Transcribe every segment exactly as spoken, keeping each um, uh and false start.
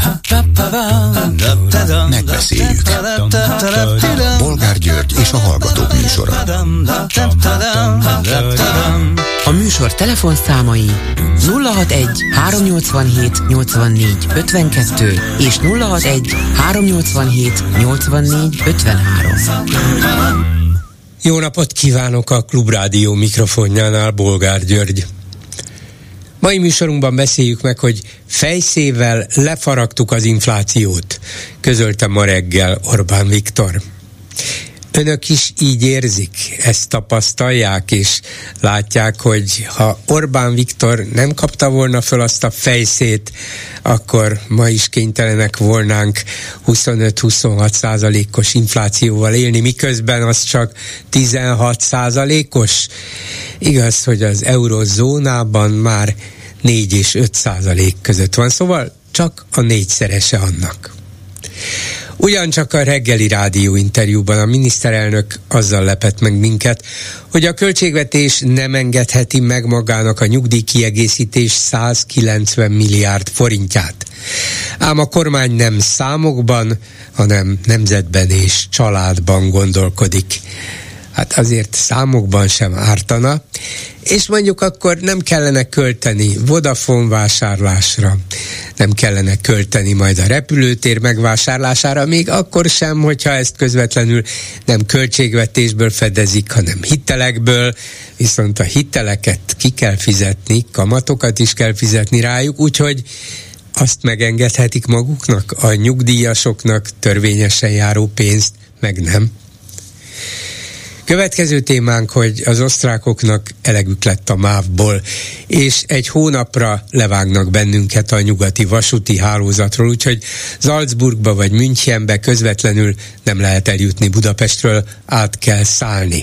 Megbeszéljük. Bolgár György és a Hallgatók műsora. A műsor telefonszámai nulla hatvanegy háromnyolcvanhét nyolcvannégy ötvenkettő és nulla hatvanegy háromnyolcvanhét nyolcvannégy ötvenhárom. Jó napot kívánok a Klubrádió mikrofonjánál, Bolgár György. Mai műsorunkban beszéljük meg, hogy fejszével lefaragtuk az inflációt, közölte ma reggel Orbán Viktor. Önök is így érzik, ezt tapasztalják, és látják, hogy ha Orbán Viktor nem kapta volna föl azt a fejszét, akkor ma is kénytelenek volnánk huszonöt-huszonhat százalékos inflációval élni, miközben az csak tizenhat százalékos. Igaz, hogy az eurozónában már négy és öt százalék között van, szóval csak a négyszerese annak. Ugyancsak a reggeli rádió interjúban a miniszterelnök azzal lepett meg minket, hogy a költségvetés nem engedheti meg magának a nyugdíjkiegészítés százkilencven milliárd forintját. Ám a kormány nem számokban, hanem nemzetben és családban gondolkodik. Hát azért számokban sem ártana, és mondjuk akkor nem kellene költeni Vodafone vásárlásra, nem kellene költeni majd a repülőtér megvásárlására, még akkor sem, hogyha ezt közvetlenül nem költségvetésből fedezik, hanem hitelekből, viszont a hiteleket ki kell fizetni, kamatokat is kell fizetni rájuk, úgyhogy azt megengedhetik maguknak, a nyugdíjasoknak törvényesen járó pénzt meg nem. Következő témánk, hogy az osztrákoknak elegük lett a mávból, és egy hónapra levágnak bennünket a nyugati vasúti hálózatról, úgyhogy Salzburgba vagy Münchenbe közvetlenül nem lehet eljutni Budapestről, át kell szállni.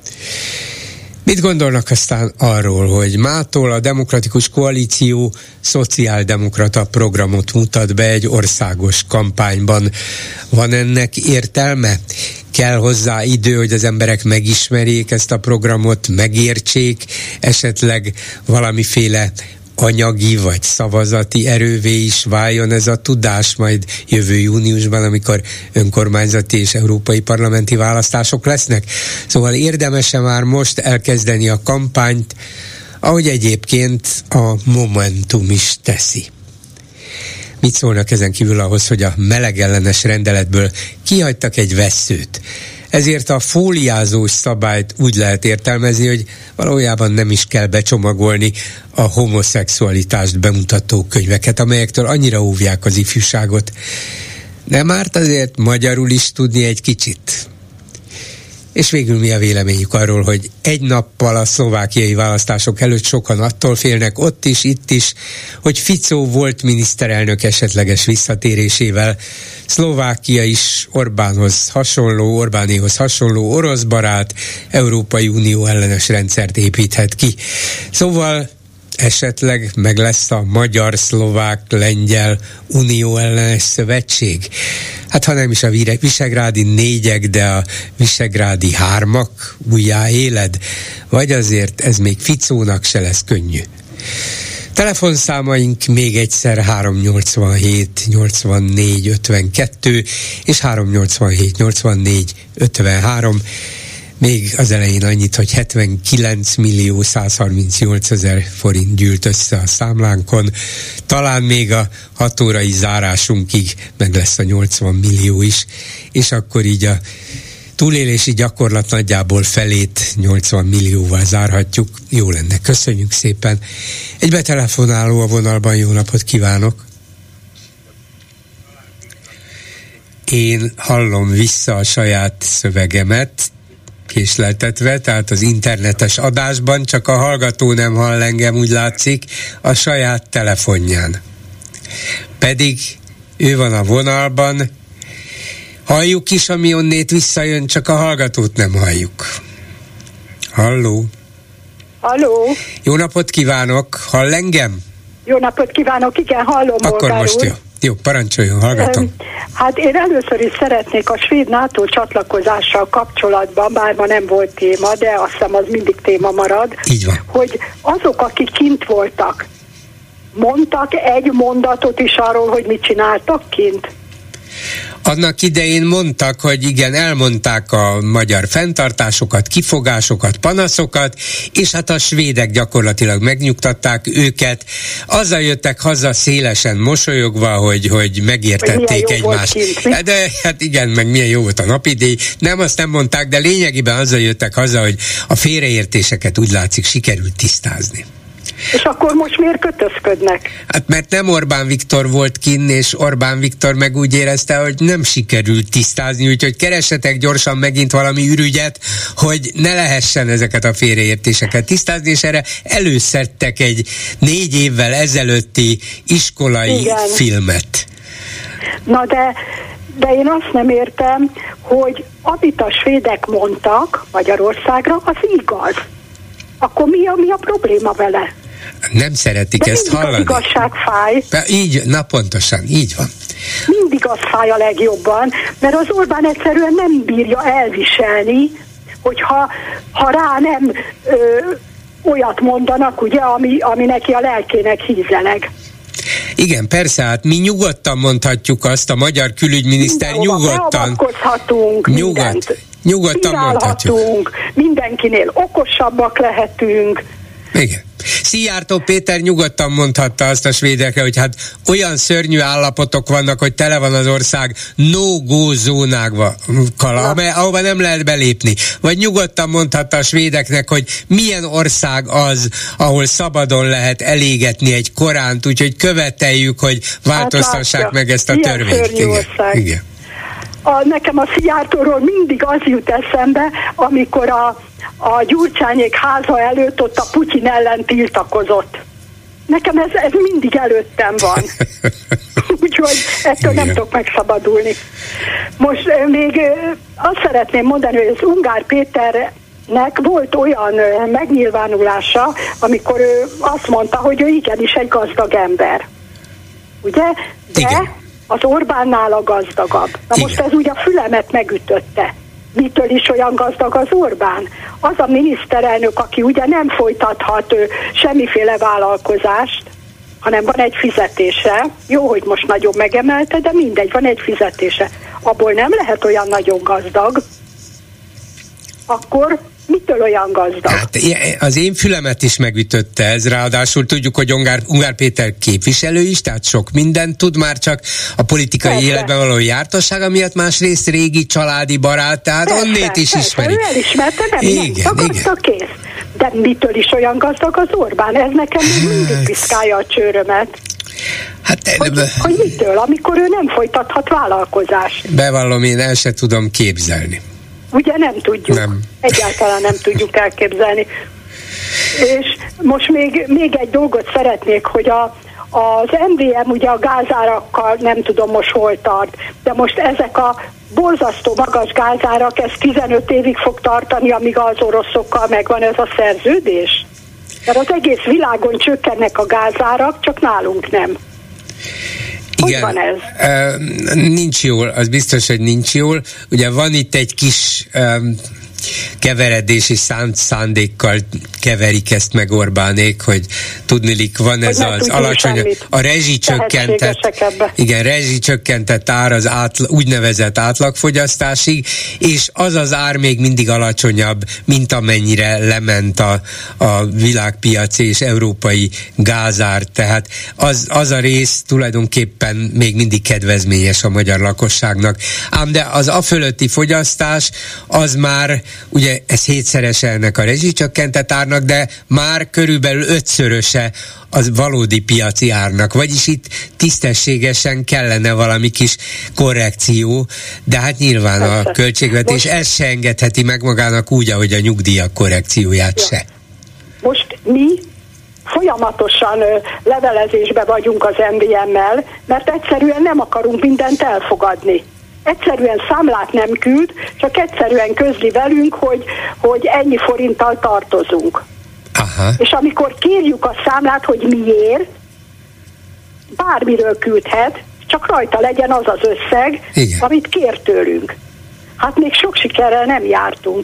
Mit gondolnak aztán arról, hogy mától a Demokratikus Koalíció szociáldemokrata programot mutat be egy országos kampányban? Van ennek értelme? Kell hozzá idő, hogy az emberek megismerjék ezt a programot, megértsék, esetleg valamiféle anyagi vagy szavazati erővé is váljon ez a tudás majd jövő júniusban, amikor önkormányzati és európai parlamenti választások lesznek. Szóval érdemes-e már most elkezdeni a kampányt, ahogy egyébként a Momentum is teszi. Mit szólnak ezen kívül ahhoz, hogy a melegellenes rendeletből kihagytak egy vesszőt? Ezért a fóliázós szabályt úgy lehet értelmezni, hogy valójában nem is kell becsomagolni a homoszexualitást bemutató könyveket, amelyektől annyira óvják az ifjúságot. Nem árt azért magyarul is tudni egy kicsit? És végül mi a véleményük arról, hogy egy nappal a szlovákiai választások előtt sokan attól félnek ott is, itt is, hogy Fico volt miniszterelnök esetleges visszatérésével Szlovákia is Orbánhoz hasonló, Orbánéhoz hasonló orosz barát, Európai Unió ellenes rendszert építhet ki. Szóval esetleg meg lesz a magyar-szlovák-lengyel unió ellenes szövetség? Hát ha nem is a visegrádi négyek, de a visegrádi hármak újjáéled, vagy azért ez még Ficónak se lesz könnyű. Telefonszámaink még egyszer háromnyolcvanhét nyolcvannégy ötvenkettő és háromnyolcvanhét nyolcvannégy ötvenhárom. Még az elején annyit, hogy hetvenkilenc millió százharmincnyolc ezer forint gyűlt össze a számlánkon. Talán még a hat órai zárásunkig meg lesz a nyolcvan millió is, és akkor így a túlélési gyakorlat nagyjából felét nyolcvan millióval zárhatjuk. Jó lenne. Köszönjük szépen. Egy betelefonáló a vonalban, jó napot kívánok! Én hallom vissza a saját szövegemet, késleltetve, tehát az internetes adásban, csak a hallgató nem hall engem, úgy látszik, a saját telefonján. Pedig ő van a vonalban, halljuk is, ami onnét visszajön, csak a hallgatót nem halljuk. Halló? Halló? Jó napot kívánok, hall engem? Jó napot kívánok, igen, hallom. Akkor most jó. Jó, parancsoljon, hallgatom. Hát én először is szeretnék a svéd NATO csatlakozással kapcsolatban, bár ma nem volt téma, de azt hiszem az mindig téma marad, így van, hogy azok, akik kint voltak, mondtak egy mondatot is arról, hogy mit csináltak kint? Annak idején mondtak, hogy igen, elmondták a magyar fenntartásokat, kifogásokat, panaszokat, és hát a svédek gyakorlatilag megnyugtatták őket. Azzal jöttek haza szélesen mosolyogva, hogy, hogy megértették egymást. De hát igen, meg milyen jó volt a napidély. Nem, azt nem mondták, de lényegében azzal jöttek haza, hogy a félreértéseket úgy látszik sikerült tisztázni. És akkor most miért kötözködnek? Hát mert nem Orbán Viktor volt kinn, és Orbán Viktor meg úgy érezte, hogy nem sikerült tisztázni, úgyhogy keressetek gyorsan megint valami ürügyet, hogy ne lehessen ezeket a félreértéseket tisztázni, és erre előszedtek egy négy évvel ezelőtti iskolai Igen. filmet. Na de, de én azt nem értem, hogy amit a svédek mondtak Magyarországra, az igaz. Akkor mi a, mi a probléma vele? Nem szeretik de ezt hallani. Mindig az igazság fáj. De így, na pontosan, így van. Mindig az fáj a legjobban, mert az Orbán egyszerűen nem bírja elviselni, hogyha ha rá nem ö, olyat mondanak, ugye, ami, ami neki a lelkének hízeleg. Igen, persze, hát mi nyugodtan mondhatjuk azt, a magyar külügyminiszter Mindenhova nyugodtan. Beavatkozhatunk nyugod, mindent. Nyugodtan mondhatjuk. Mindenkinél okosabbak lehetünk. Igen. Szijjártó Péter nyugodtan mondhatta azt a svédekre, hogy hát olyan szörnyű állapotok vannak, hogy tele van az ország no-go zónákkal, ahova nem lehet belépni. Vagy nyugodtan mondhatta a svédeknek, hogy milyen ország az, ahol szabadon lehet elégetni egy Koránt, úgyhogy követeljük, hogy változtassák hát meg ezt a ilyen törvényt. Igen. Igen. A, nekem a Szijjártóról mindig az jut eszembe, amikor a, a Gyurcsányék háza előtt ott a Putyin ellen tiltakozott. Nekem ez, ez mindig előttem van. Úgyhogy ettől Igen. nem tudok megszabadulni. Most még azt szeretném mondani, hogy az Ungár Péternek volt olyan megnyilvánulása, amikor ő azt mondta, hogy ő igenis egy gazdag ember. Ugye? De Igen. az Orbánnál a gazdagabb. Na most ez ugye a fülemet megütötte. Mitől is olyan gazdag az Orbán? Az a miniszterelnök, aki ugye nem folytathat ő, semmiféle vállalkozást, hanem van egy fizetése. Jó, hogy most nagyon megemelte, de mindegy, van egy fizetése. Abból nem lehet olyan nagyon gazdag. Akkor mitől olyan gazdag? Hát az én fülemet is megütötte ez, ráadásul tudjuk, hogy Ungár, Ungár Péter képviselő is, tehát sok mindent tud, már csak a politikai persze. életben való jártassága miatt, másrészt régi családi barát, tehát persze, onnét is persze. ismeri. Ő elismerte, nem, igen, nem igen. kész. De mitől is olyan gazdag az Orbán? Ez nekem mindig piszkálja a csőrömet. Hát, hogy, hogy mitől, amikor ő nem folytathat vállalkozást? Bevallom, én el se tudom képzelni. Ugye nem tudjuk. Nem. Egyáltalán nem tudjuk elképzelni. És most még, még egy dolgot szeretnék, hogy a, az em vé em ugye a gázárakkal nem tudom most hol tart, de most ezek a borzasztó magas gázárak, ez tizenöt évig fog tartani, amíg az oroszokkal megvan ez a szerződés. Mert az egész világon csökkennek a gázárak, csak nálunk nem. Igen, van ez? Uh, nincs jól, az biztos, hogy nincs jól. Ugye van itt egy kis um, keveredés és szánt szándékkal keverik ezt meg Orbánék, hogy tudnilik van ez hogy az alacsony, semmit. a rezsicsökkentett, igen, rezsicsökkentett ár az átla, úgynevezett átlagfogyasztásig, és az az ár még mindig alacsonyabb, mint amennyire lement a, a világpiaci és európai gázár, tehát az, az a rész tulajdonképpen még mindig kedvezményes a magyar lakosságnak. Ám de az a fölötti fogyasztás, az már ugye ez hétszerese ennek a rezsicsökkentett árnak, de már körülbelül ötszöröse az valódi piaci árnak, vagyis itt tisztességesen kellene valami kis korrekció, de hát nyilván a költségvetés most, ezt se engedheti meg magának úgy, ahogy a nyugdíjak korrekcióját ja. se. Most mi folyamatosan ö, levelezésbe vagyunk az em vé emmel, mert egyszerűen nem akarunk mindent elfogadni. Egyszerűen számlát nem küld, csak egyszerűen közli velünk, hogy, hogy ennyi forinttal tartozunk. Aha. És amikor kérjük a számlát, hogy miért, bármiről küldhet, csak rajta legyen az az összeg, Igen. amit kér tőlünk. Hát még sok sikerrel nem jártunk. Hát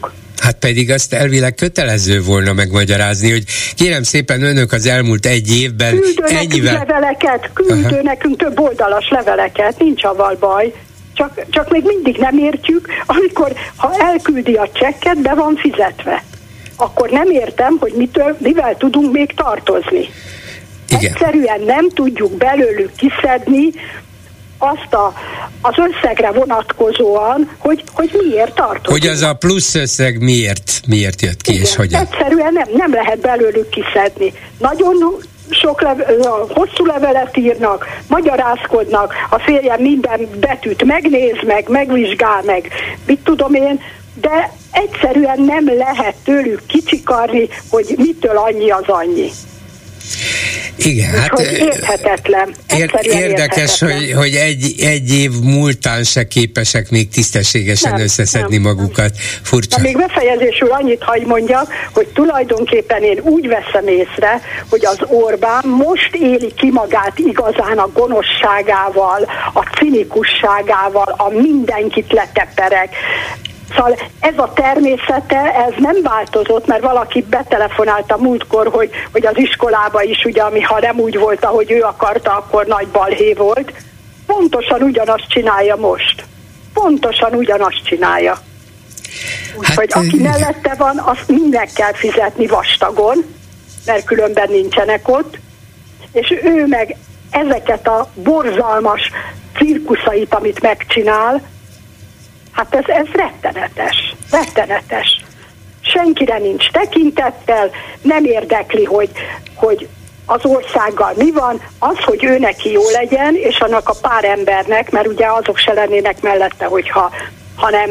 Hát pedig azt elvileg kötelező volna megmagyarázni, hogy kérem szépen, önök az elmúlt egy évben küldő ennyivel... nekünk leveleket, küldő Aha. nekünk több oldalas leveleket, nincs avval baj. Csak, csak még mindig nem értjük, amikor, ha elküldi a csekket, be van fizetve. Akkor nem értem, hogy mitől, mivel tudunk még tartozni. Igen. Egyszerűen nem tudjuk belőlük kiszedni azt a, az összegre vonatkozóan, hogy, hogy miért tartozunk. Hogy az a plusz összeg miért, miért jött ki, igen, és hogyan? Egyszerűen nem, nem lehet belőlük kiszedni. Nagyon sok leve, hosszú levelet írnak, magyarázkodnak, a férjem minden betűt megnéz, meg, megvizsgál, meg mit tudom én, de egyszerűen nem lehet tőlük kicsikarni, hogy mitől annyi az annyi. Igen, hát érthetetlen. Érdekes, érthetetlen. hogy, hogy egy, egy év múltán se képesek még tisztességesen nem, összeszedni nem, magukat. Furcsa. Na, még befejezésül annyit hagy mondjak, hogy tulajdonképpen én úgy veszem észre, hogy az Orbán most éli ki magát igazán a gonoszságával, a cinikusságával, a mindenkit leteperek. Szóval ez a természete, ez nem változott, mert valaki betelefonált a múltkor, hogy, hogy az iskolába is, ugye, ami ha nem úgy volt, ahogy ő akarta, akkor nagy balhé volt. Pontosan ugyanazt csinálja most. Pontosan ugyanazt csinálja. Úgyhogy hát, aki mellette van, azt mindnek kell fizetni vastagon, mert különben nincsenek ott, és ő meg ezeket a borzalmas cirkuszait, amit megcsinál, hát ez, ez rettenetes, rettenetes. Senkire nincs tekintettel, nem érdekli, hogy, hogy az országgal mi van, az, hogy ő neki jó legyen, és annak a pár embernek, mert ugye azok se lennének mellette, hogyha ha nem,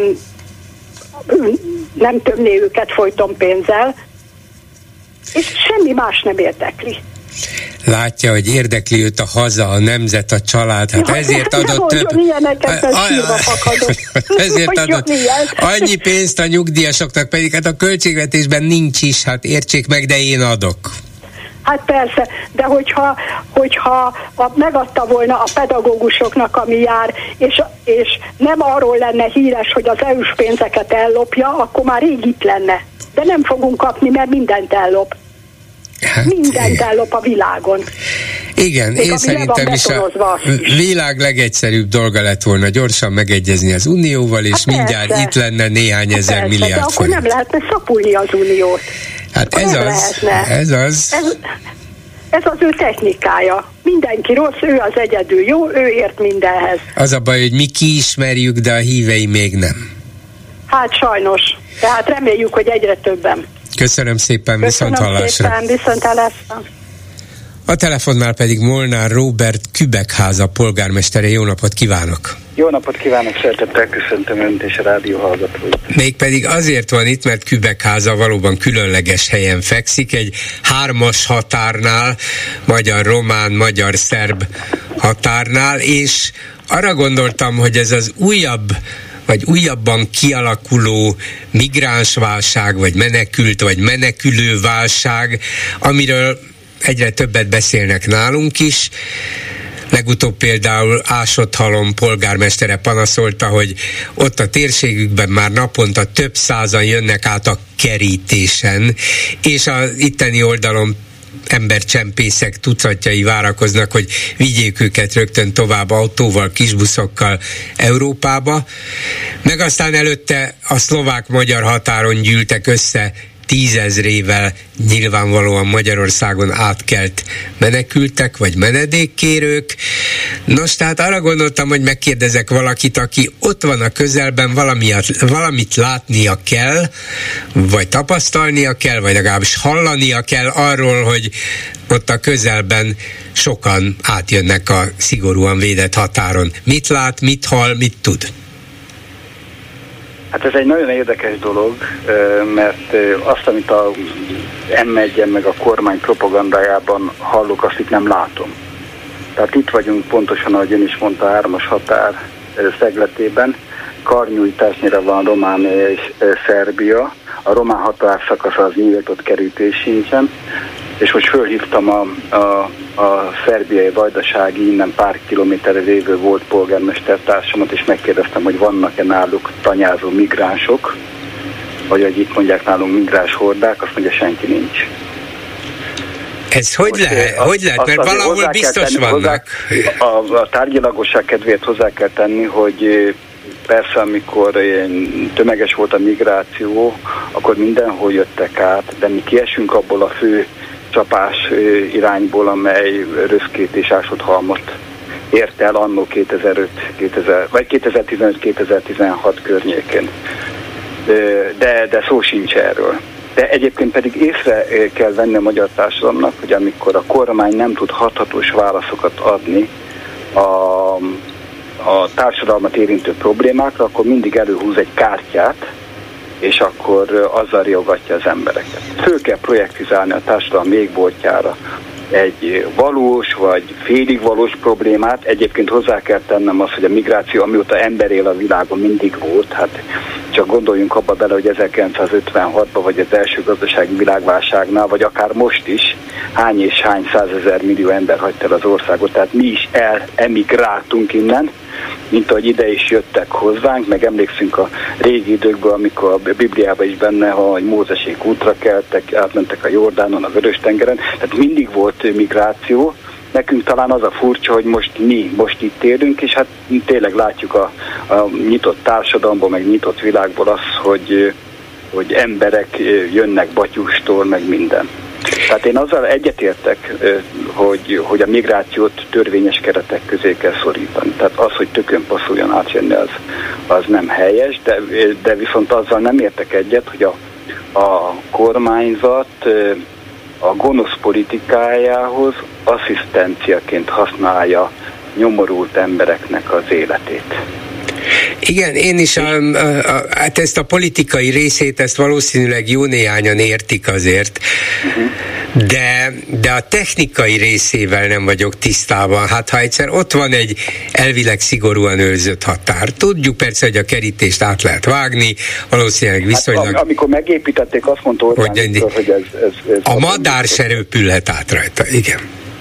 nem tömné őket folyton pénzzel, és semmi más nem érdekli. Látja, hogy érdekli őt a haza, a nemzet, a család, hát ja, ezért adott több... ezért adott annyi pénzt a nyugdíjasoknak, pedig hát a költségvetésben nincs is, hát értsék meg, de én adok. Hát persze, de hogyha, hogyha a, megadta volna a pedagógusoknak, ami jár, és, és nem arról lenne híres, hogy az é u-s pénzeket ellopja, akkor már rég itt lenne. De nem fogunk kapni, mert mindent ellop. Hát, mindent ellop a világon. Igen, még én szerintem is a világ legegyszerűbb dolga lett volna gyorsan megegyezni az Unióval, és hát mindjárt persze. Itt lenne néhány ezer persze, milliárd de akkor nem lehetne szapulni az Uniót. Hát ez az, ez az. Ez, ez az ő technikája. Mindenki rossz, ő az egyedül jó, ő ért mindenhez. Az a baj, hogy mi kiismerjük, de a hívei még nem. Hát sajnos. Tehát reméljük, hogy egyre többen. Köszönöm szépen, viszont hallásra. Köszönöm szépen, viszont hallásra. A telefonnál pedig Molnár Róbert Kübekháza polgármestere. Jó napot kívánok! Jó napot kívánok, szeretettel köszöntöm Önt és a rádió hallgatóit. Mégpedig azért van itt, mert Kübekháza valóban különleges helyen fekszik, egy hármas határnál, magyar-román, magyar-szerb határnál, és arra gondoltam, hogy ez az újabb vagy újabban kialakuló migránsválság, vagy menekült, vagy menekülő válság, amiről egyre többet beszélnek nálunk is. Legutóbb például Ásotthalom polgármestere panaszolta, hogy ott a térségükben már naponta több százan jönnek át a kerítésen, és az itteni oldalon embercsempészek tucatjai várakoznak, hogy vigyék őket rögtön tovább autóval, kisbuszokkal Európába. Meg aztán előtte a szlovák-magyar határon gyűltek össze tízezrével nyilvánvalóan Magyarországon átkelt menekültek, vagy menedékkérők. Nos, tehát arra gondoltam, hogy megkérdezek valakit, aki ott van a közelben, valamit, valamit látnia kell, vagy tapasztalnia kell, vagy legalábbis hallania kell arról, hogy ott a közelben sokan átjönnek a szigorúan védett határon. Mit lát, mit hall, mit tud? Hát ez egy nagyon érdekes dolog, mert azt, amit a em egyen meg a kormány propagandájában hallok, azt itt nem látom. Tehát itt vagyunk pontosan, ahogy ön is mondta, a hármas határ szegletében. Karnyújtásnyira van Románia és Szerbia. A román határszakasz az nyílt, ott kerítés sincsen. És most fölhívtam a, a, a szerbiai vajdasági, innen pár kilométerre lévő volt polgármestertársamat, és megkérdeztem, hogy vannak-e náluk tanyázó migránsok. vagy hogy itt mondják nálunk migráns hordák, azt mondja, senki nincs. Ez hogy Most lehet? Az, hogy lehet? Mert valahol biztos tenni, vannak. Hozzá, a, a tárgyilagosság kedvéért hozzá kell tenni, hogy persze, amikor tömeges volt a migráció, akkor mindenhol jöttek át, de mi kiesünk abból a fő csapás irányból, amely Röszkét és Ásót-Halmot ért el annó kétezer-öt, kétezer, vagy kétezer-tizenöt kétezer-tizenhat környékén. De, de szó sincs erről. De egyébként pedig észre kell venni a magyar társadalomnak, hogy amikor a kormány nem tud hathatós válaszokat adni a, a társadalmat érintő problémákra, akkor mindig előhúz egy kártyát, és akkor azzal riogatja az embereket. Föl kell projektizálni a társadalom égboltjára egy valós vagy félig valós problémát. Egyébként hozzá kell tennem azt, hogy a migráció, amióta ember él a világon, mindig volt. Hát csak gondoljunk abba bele, hogy ezerkilencszázötvenhatban, vagy az első gazdasági világválságnál, vagy akár most is, hány és hány százezer millió ember hagyta el az országot. Tehát mi is elemigráltunk innen, mint ahogy ide is jöttek hozzánk, meg emlékszünk a régi időkből, amikor a Bibliában is benne, hogy Mózesék útra keltek, átmentek a Jordánon, a Vörös-tengeren, tehát mindig volt migráció. Nekünk talán az a furcsa, hogy most mi most itt élünk, és hát tényleg látjuk a, a nyitott társadalomból, meg nyitott világból azt, hogy, hogy emberek jönnek batyustól, meg minden. Tehát én azzal egyetértek, hogy, hogy a migrációt törvényes keretek közé kell szorítani. Tehát az, hogy tökön passzoljon átjönni, az, az nem helyes, de, de viszont azzal nem értek egyet, hogy a, a kormányzat a gonosz politikájához asszisztenciaként használja nyomorult embereknek az életét. Igen, én is a, a, a, hát ezt a politikai részét, ezt valószínűleg jó néhányan értik azért, uh-huh. de, de a technikai részével nem vagyok tisztában. Hát ha egyszer ott van egy elvileg szigorúan őrzött határ, tudjuk persze, hogy a kerítést át lehet vágni, valószínűleg viszonylag... Hát, amikor megépítették, azt mondta Orbán, hogy, hogy, hogy ez, ez, ez... A madár se röpülhet át rajta, igen.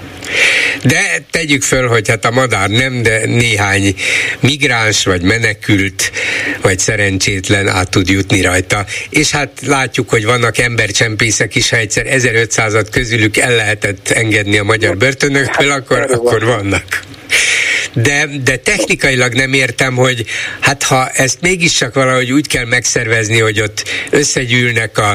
De tegyük föl, hogy hát a madár nem, de néhány migráns, vagy menekült, vagy szerencsétlen át tud jutni rajta. És hát látjuk, hogy vannak embercsempészek is, ha egyszer ezerötszázat közülük el lehetett engedni a magyar börtönökből, akkor, akkor vannak. De, de technikailag nem értem, hogy hát ha ezt mégiscsak valahogy úgy kell megszervezni, hogy ott összegyűlnek a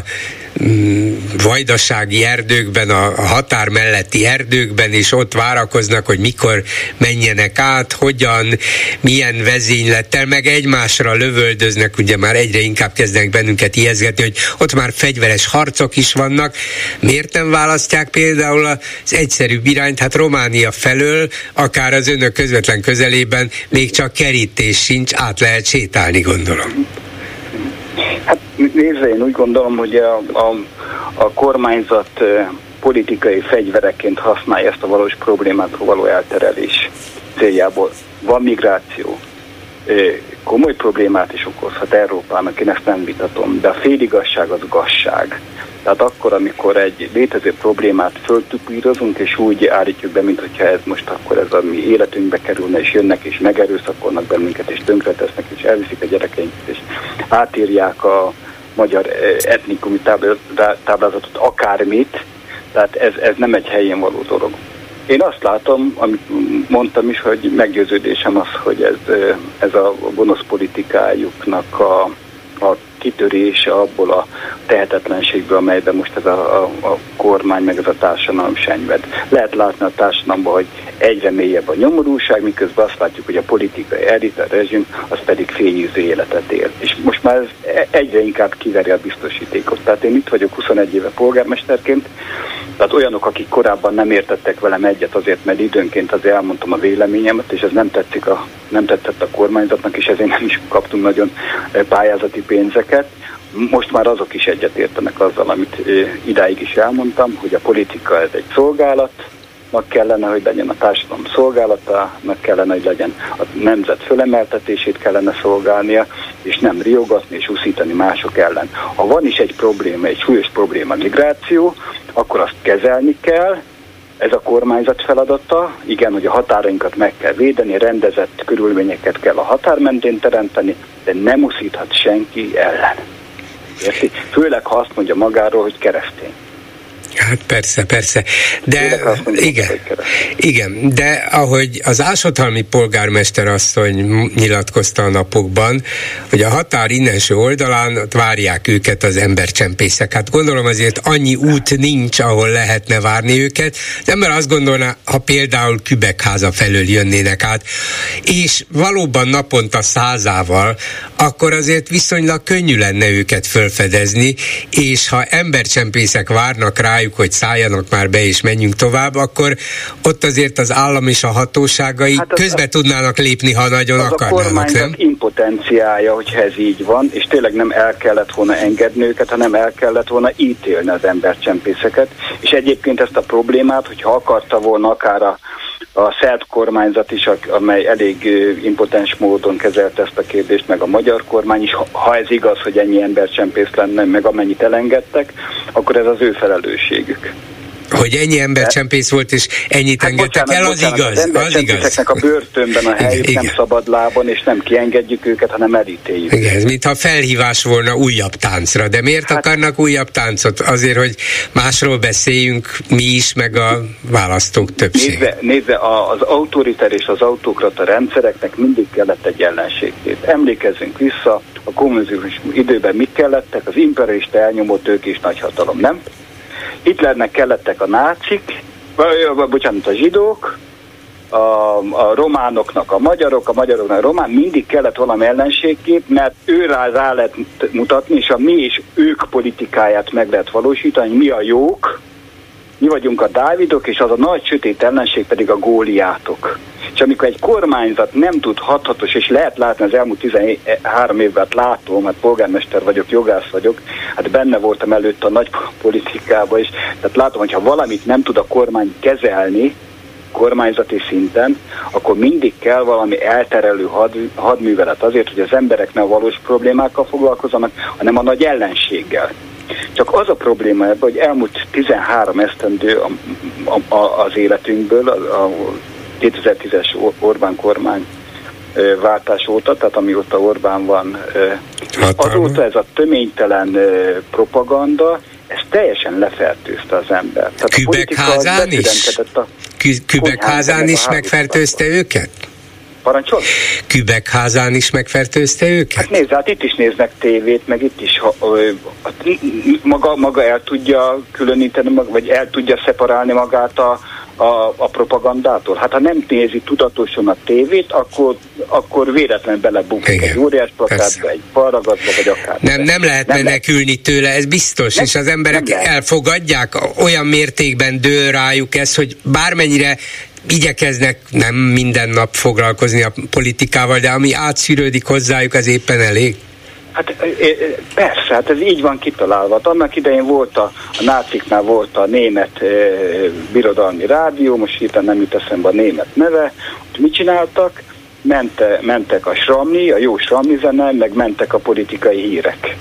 vajdasági erdőkben, a határ melletti erdőkben, és ott várakoznak, hogy mikor menjenek át, hogyan, milyen vezénylettel, meg egymásra lövöldöznek, ugye már egyre inkább kezdenek bennünket ijeszgetni, hogy ott már fegyveres harcok is vannak. Miért nem választják például az egyszerűbb irányt, hát Románia felől, akár az önök közvetlen közelében még csak kerítés sincs, át lehet sétálni, gondolom. Hát nézve, én úgy gondolom, hogy a, a, a kormányzat politikai fegyvereként használja ezt a valós problémától való elterelés céljából. Van migráció, komoly problémát is okozhat Európának, én ezt nem vitatom, de a féligasság az gazság. Tehát akkor, amikor egy létező problémát föltupírozunk, és úgy állítjuk be, mint hogyha ez most akkor ez a mi életünkbe kerülne, és jönnek, és megerőszakolnak bennünket, és tönkretesznek, és elviszik a gyerekeinket, és átírják a magyar etnikumi táblázatot, akármit, tehát ez, ez nem egy helyén való dolog. Én azt látom, amit mondtam is, hogy meggyőződésem az, hogy ez, ez a gonosz politikájuknak a, a kitörése abból a tehetetlenségből, amelyben most ez a, a, a kormány, meg ez a társadalom senyved. Lehet látni a társadalomban, hogy egyre mélyebb a nyomorúság, miközben azt látjuk, hogy a politikai elit, a rezsim, az pedig fényűző életet él. És most már ez egyre inkább kiveri a biztosítékot. Tehát én itt vagyok huszonegy éve polgármesterként, tehát olyanok, akik korábban nem értettek velem egyet azért, mert időnként azért elmondtam a véleményemet, és ez nem tetszik a, nem tetszett a kormányzatnak, és ezért nem is kaptunk nagyon pályázati pénzeket. Most már azok is egyetértenek azzal, amit idáig is elmondtam, hogy a politika ez egy szolgálatnak kellene, hogy legyen, a társadalom szolgálatának kellene, hogy legyen, a nemzet fölemeltetését kellene szolgálnia, és nem riogatni és uszítani mások ellen. Ha van is egy probléma, egy súlyos probléma, migráció, akkor azt kezelni kell, ez a kormányzat feladata, igen, hogy a határainkat meg kell védeni, rendezett körülményeket kell a határ mentén teremteni, de nem uszíthat senki ellen. Érti? Főleg, ha azt mondja magáról, hogy keresztény. Hát persze, persze. De igen, igen, de ahogy az ásothalmi polgármester asszony nyilatkozta a napokban, hogy a határ innenső oldalán ott várják őket az embercsempészek. Hát gondolom azért annyi út nincs, ahol lehetne várni őket. Az ember azt gondolná, ha például Kübekháza felől jönnének át, és valóban naponta százával, akkor azért viszonylag könnyű lenne őket felfedezni, és ha embercsempészek várnak rájuk, hogy szálljanak már be és menjünk tovább, akkor ott azért az állam és a hatóságai hát közbe a, tudnának lépni, ha nagyon az akarnának, nem? Az a kormányzat impotenciája, hogyha ez így van, és tényleg nem el kellett volna engedni őket, hanem el kellett volna ítélni az embercsempészeket, és egyébként ezt a problémát, hogyha akarta volna akár a a szerb kormányzat is, amely elég impotens módon kezelte ezt a kérdést, meg a magyar kormány is, ha ez igaz, hogy ennyi embercsempész lenne, meg amennyit elengedtek, akkor ez az ő felelősségük. Hogy ennyi embercsempész volt, és ennyit hát engedtek bocsánat, el, az bocsánat, igaz. Az embercsempészeknek a börtönben a helyük, igen, nem szabad lábon, és nem kiengedjük őket, hanem elítéljük. Igen, ez mintha felhívás volna újabb táncra. De miért hát, akarnak újabb táncot? Azért, hogy másról beszéljünk mi is, meg a választók többsége. Nézze, nézze az autoritár és az autokrata rendszereknek mindig kellett egy ellenségkép. Emlékezzünk vissza, a kommunizmus időben mit kellettek? Az imperialista elnyomó tőkés nagyhatalom, nem? Hitlernek kellettek a nácik, bocsánat, a zsidók, a, a románoknak a magyarok, a magyaroknak a román, mindig kellett valami ellenségkép, mert ő rá, rá lehet mutatni, és a mi és ők politikáját meg lehet valósítani, mi a jók, mi vagyunk a Dávidok, és az a nagy sötét ellenség pedig a Góliátok. És amikor egy kormányzat nem tud hathatos, és lehet látni az elmúlt tizenhárom évben látom, mert polgármester vagyok, jogász vagyok, hát benne voltam előtt a nagy politikában is, tehát látom, hogyha valamit nem tud a kormány kezelni, kormányzati szinten, akkor mindig kell valami elterelő had, hadművelet azért, hogy az emberek ne a valós problémákkal foglalkozzanak, hanem a nagy ellenséggel. Csak az a probléma ebben, hogy elmúlt tizenhárom esztendő a, a, a, az életünkből, a, a kétezer-tízes Orbán kormány ö, váltás óta, tehát amióta Orbán van, ö, azóta ez a töménytelen ö, propaganda, ez teljesen lefertőzte az ember. Kübekházán is? A Kübekházán is megfertőzte őket? Parancsol? Kübekházán is megfertőzte őket? Hát nézd, hát itt is néznek tévét, meg itt is ha, ö, maga, maga el tudja különíteni, vagy el tudja szeparálni magát a, a, a propagandától. Hát ha nem nézi tudatosan a tévét, akkor, akkor véletlenül belebukik egy óriás plakátba, egy falragazba, vagy akár. Nem, nem lehet nem menekülni lehet. Tőle, ez biztos, nem, és az emberek elfogadják, olyan mértékben dől rájuk ez, hogy bármennyire igyekeznek nem minden nap foglalkozni a politikával, de ami átszűrődik hozzájuk, az éppen elég. Hát persze, hát ez így van kitalálva. Annak idején volt a, a náciknál volt a német e, birodalmi rádió, most hirtelen nem jut eszembe a német neve, hogy mit csináltak? Mente, mentek a sramni, a jó sramni zene, meg mentek a politikai hírek.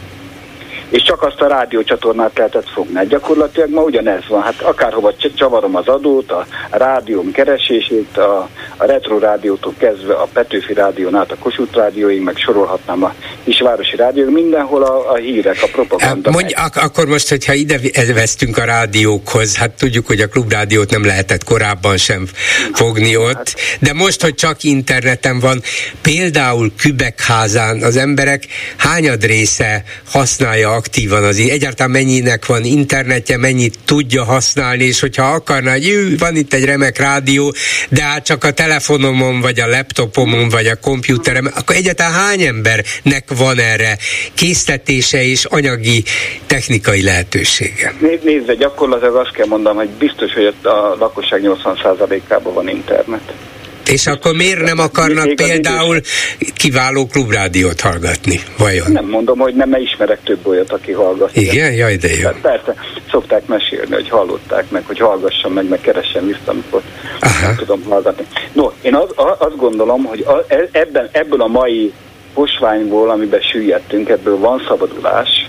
És csak azt a rádiócsatornát lehetett fogni. Hát gyakorlatilag ma ugyanez van. Hát akárhova csavarom az adót, a rádióm keresését, a, a retro rádiótól kezdve a Petőfi rádión át a Kossuth rádióig, meg sorolhatnám a kisvárosi rádiók, mindenhol a, a hírek, a propaganda. Mondj, ak- akkor most, hogyha ide vesztünk a rádiókhoz, hát tudjuk, hogy a klubrádiót nem lehetett korábban sem fogni ott, hát, de most, hogy csak interneten van, például Kübekházán az emberek hányad része használja aktívan az, egyáltalán mennyinek van internetje, mennyit tudja használni, és hogyha akarna, hogy jú, van itt egy remek rádió, de hát csak a telefonomon, vagy a laptopomon, vagy a kompjúterem, akkor egyáltalán hány embernek van erre késztetése és anyagi, technikai lehetősége? Nézd, gyakorlatilag azt kell mondanom, hogy biztos, hogy a lakosság nyolcvan százalékában van internet. És akkor miért nem akarnak még például kiváló klubrádiót hallgatni, vajon? Nem mondom, hogy nem, mert ismerek több olyat, aki hallgatja. Igen? Jaj, de jó. Persze, szokták mesélni, hogy hallották meg, hogy hallgassam meg, meg keressen vissza, amikor nem tudom hallgatni. No, én az, azt gondolom, hogy ebben, ebből a mai posványból, amiben süllyedtünk, ebből van szabadulás,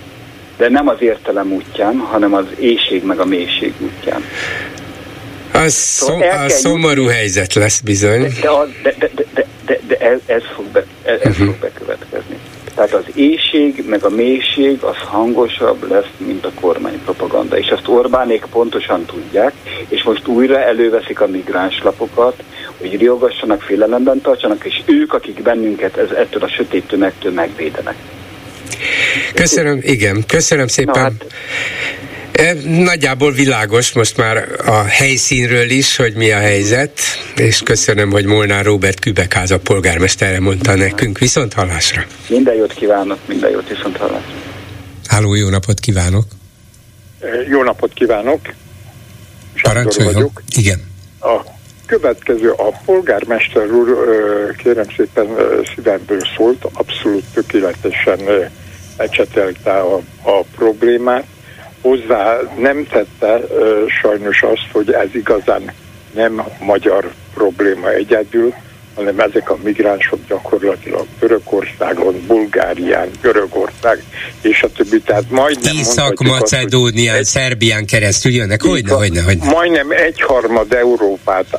de nem az értelem útján, hanem az éhség meg a mélység útján. Az szom, a szomorú jutni. Helyzet lesz bizony. De, de, de, de, de, de, de ez, ez, fog, be, ez uh-huh. fog bekövetkezni. Tehát Tehát az éhség meg a mélység az hangosabb lesz, mint a kormánypropaganda. És ezt Orbánék pontosan tudják, és most újra előveszik a migránslapokat, hogy riogassanak, félelemben tartsanak, és ők, akik bennünket ez, ettől a sötét tömegtől megvédenek. Köszönöm, igen, köszönöm szépen. Na, hát, nagyjából világos most már a helyszínről is, hogy mi a helyzet, és köszönöm, hogy Molnár Róbert Kübekháza polgármestere mondta nekünk. Viszont hallásra. Minden jót kívánok, minden jót, viszont hallásra. Háló, jó napot kívánok. Jó napot kívánok. Parancsoljon. Igen. A következő, a polgármester úr, kérem szépen, szívemből szólt, abszolút tökéletesen ecsetelte a, a problémát. Hozzá nem tette sajnos azt, hogy ez igazán nem magyar probléma egyedül, hanem ezek a migránsok gyakorlatilag Törökországon, Bulgárián, Görögország, és a többi, tehát majdnem Észak-Macedónián, Szerbián keresztül jönnek, hogyne, hogyne, hogyne. Majdnem egyharmad Európát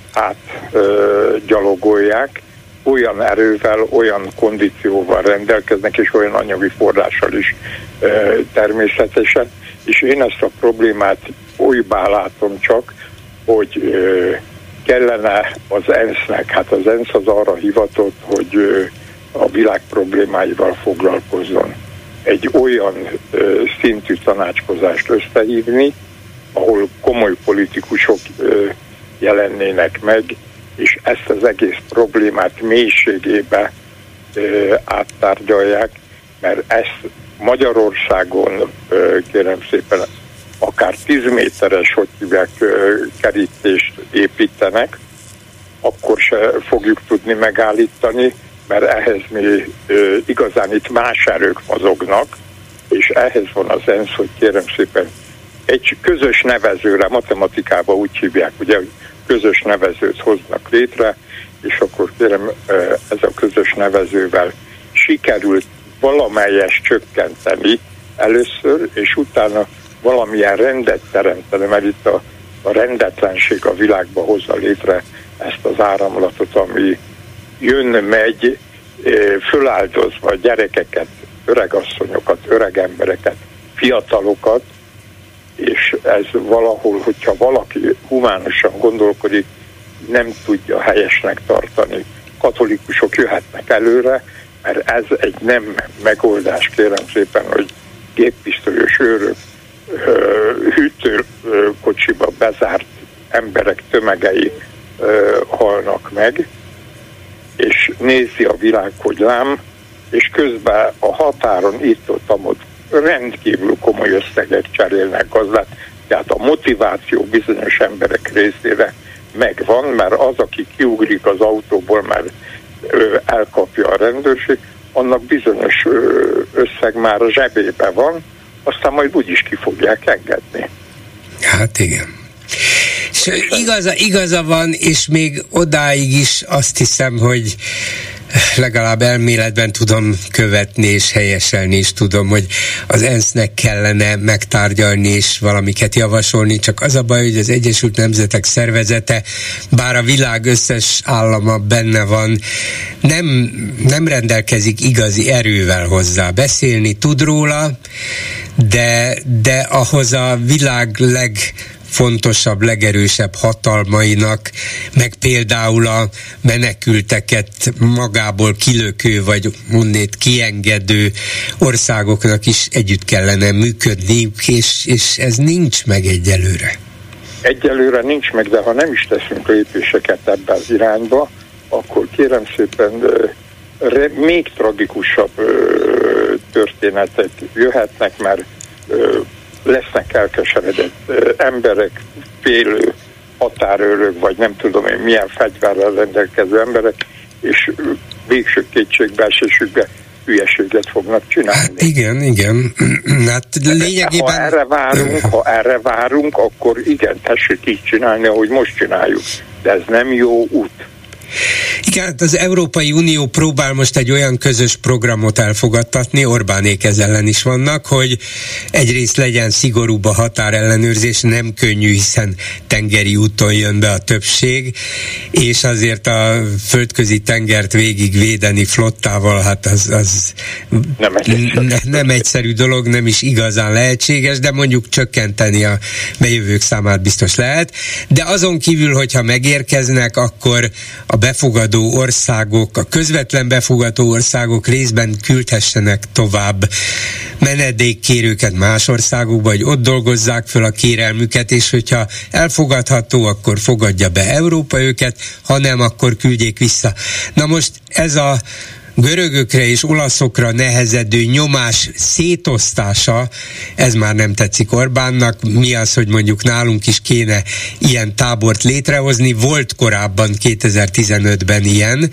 átgyalogolják, olyan erővel, olyan kondícióval rendelkeznek, és olyan anyagi forrással is ö, természetesen, és én ezt a problémát olybá látom csak, hogy ö, kellene az ENSZ-nek, hát az ENSZ az arra hivatott, hogy ö, a világ problémáival foglalkozzon. Egy olyan ö, szintű tanácskozást összehívni, ahol komoly politikusok ö, jelennének meg, és ezt az egész problémát mélységébe ö, áttárgyalják, mert ezt Magyarországon, ö, kérem szépen, akár tíz méteres, hogy hívják, ö, kerítést építenek, akkor se fogjuk tudni megállítani, mert ehhez mi ö, igazán itt más erők mozognak, és ehhez van az ENSZ, hogy kérem szépen, egy közös nevezőre, matematikában úgy hívják, ugye, hogy közös nevezőt hoznak létre, és akkor kérem, ez a közös nevezővel sikerült valamelyes csökkenteni először, és utána valamilyen rendet teremteni, mert itt a, a rendetlenség a világba hozza létre ezt az áramlatot, ami jön, megy, föláldozva gyerekeket, öregasszonyokat, öregembereket, fiatalokat, és ez valahol, hogyha valaki humánusan gondolkodik, nem tudja helyesnek tartani. Katolikusok jöhetnek előre, mert ez egy nem megoldás, kérem szépen, hogy géppisztolyos őrök, hűtőkocsiba bezárt emberek tömegei halnak meg, és nézi a világ, hogy lám, és közben a határon itt-ott rendkívül komoly összegek cserélnek gazdát, tehát a motiváció bizonyos emberek részére megvan, mert az, aki kiugrik az autóból, mert elkapja a rendőrség, annak bizonyos összeg már a zsebébe van, aztán majd úgyis ki fogják engedni. Hát igen. És igaza, igaza van, és még odáig is azt hiszem, hogy legalább elméletben tudom követni és helyeselni is tudom, hogy az ENSZ-nek kellene megtárgyalni és valamiket javasolni, csak az a baj, hogy az Egyesült Nemzetek Szervezete, bár a világ összes állama benne van, nem, nem rendelkezik igazi erővel hozzá. Beszélni tud róla, de, de ahhoz a világ leg fontosabb, legerősebb hatalmainak, meg például a menekülteket magából kilökő, vagy onnét kiengedő országoknak is együtt kellene működniük, és, és ez nincs meg egyelőre. Egyelőre nincs meg, de ha nem is teszünk lépéseket ebbe az irányba, akkor kérem szépen re, még tragikusabb ö, történetek jöhetnek, mert ö, lesznek elkeseredett emberek, félő határőrök, vagy nem tudom én milyen fegyverrel rendelkező emberek, és végső kétségbeesésükbe hülyeséget fognak csinálni. Hát igen, igen. Hát lényegében... Ha erre várunk, ha erre várunk, akkor igen, tessék így csinálni, ahogy most csináljuk. De ez nem jó út. Igen, az Európai Unió próbál most egy olyan közös programot elfogadtatni, Orbánék ez ellen is vannak, hogy egyrészt legyen szigorúbb a határellenőrzés, nem könnyű, hiszen tengeri úton jön be a többség, és azért a földközi tengert végig védeni flottával, hát az, az nem, egyszerű. nem egyszerű dolog, nem is igazán lehetséges, de mondjuk csökkenteni a bejövők számát biztos lehet. De azon kívül, hogyha megérkeznek, akkor a befogadó országok, a közvetlen befogadó országok részben küldhessenek tovább menedékkérőket más országokba, hogy ott dolgozzák föl a kérelmüket, és hogyha elfogadható, akkor fogadja be Európa őket, ha nem, akkor küldjék vissza. Na most ez a görögökre és olaszokra nehezedő nyomás szétosztása, ez már nem tetszik Orbánnak. Mi az, hogy mondjuk nálunk is kéne ilyen tábort létrehozni? Volt korábban kétezer-tizenötben ilyen,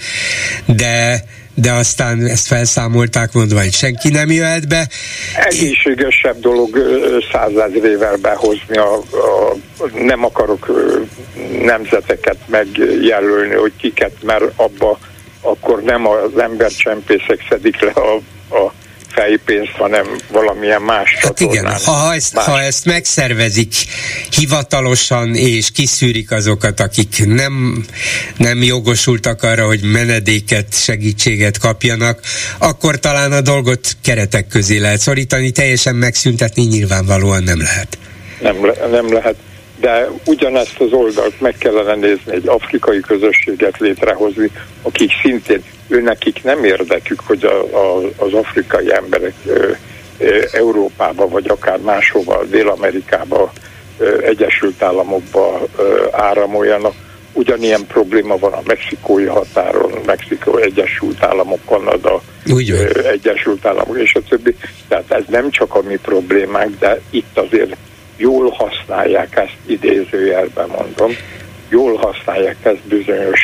de de aztán ezt felszámolták, mondva, hogy senki nem jöhet be. Egészségesebb dolog százezrével behozni, a, a, nem akarok nemzeteket megjelölni, hogy kiket, mert abba akkor nem az embercsempészek szedik le a, a fejpénzt, hanem valamilyen más hát csatornán. Igen, ha ezt, más. ha ezt megszervezik hivatalosan, és kiszűrik azokat, akik nem, nem jogosultak arra, hogy menedéket, segítséget kapjanak, akkor talán a dolgot keretek közé lehet szorítani, teljesen megszüntetni nyilvánvalóan nem lehet. Nem, le, nem lehet, de ugyanezt az oldalt meg kellene nézni, egy afrikai közösséget létrehozni, akik szintén, őnekik nem érdekük, hogy a, a, az afrikai emberek ö, ö, Európába, vagy akár máshova, Dél-Amerikába, ö, Egyesült Államokba ö, áramoljanak. Ugyanilyen probléma van a mexikói határon, Mexikó, Egyesült Államok, Kanada, ö, Egyesült Államok, és a többi. Tehát ez nem csak a mi problémánk, de itt azért jól használják ezt, idézőjelben mondom, jól használják ezt bizonyos,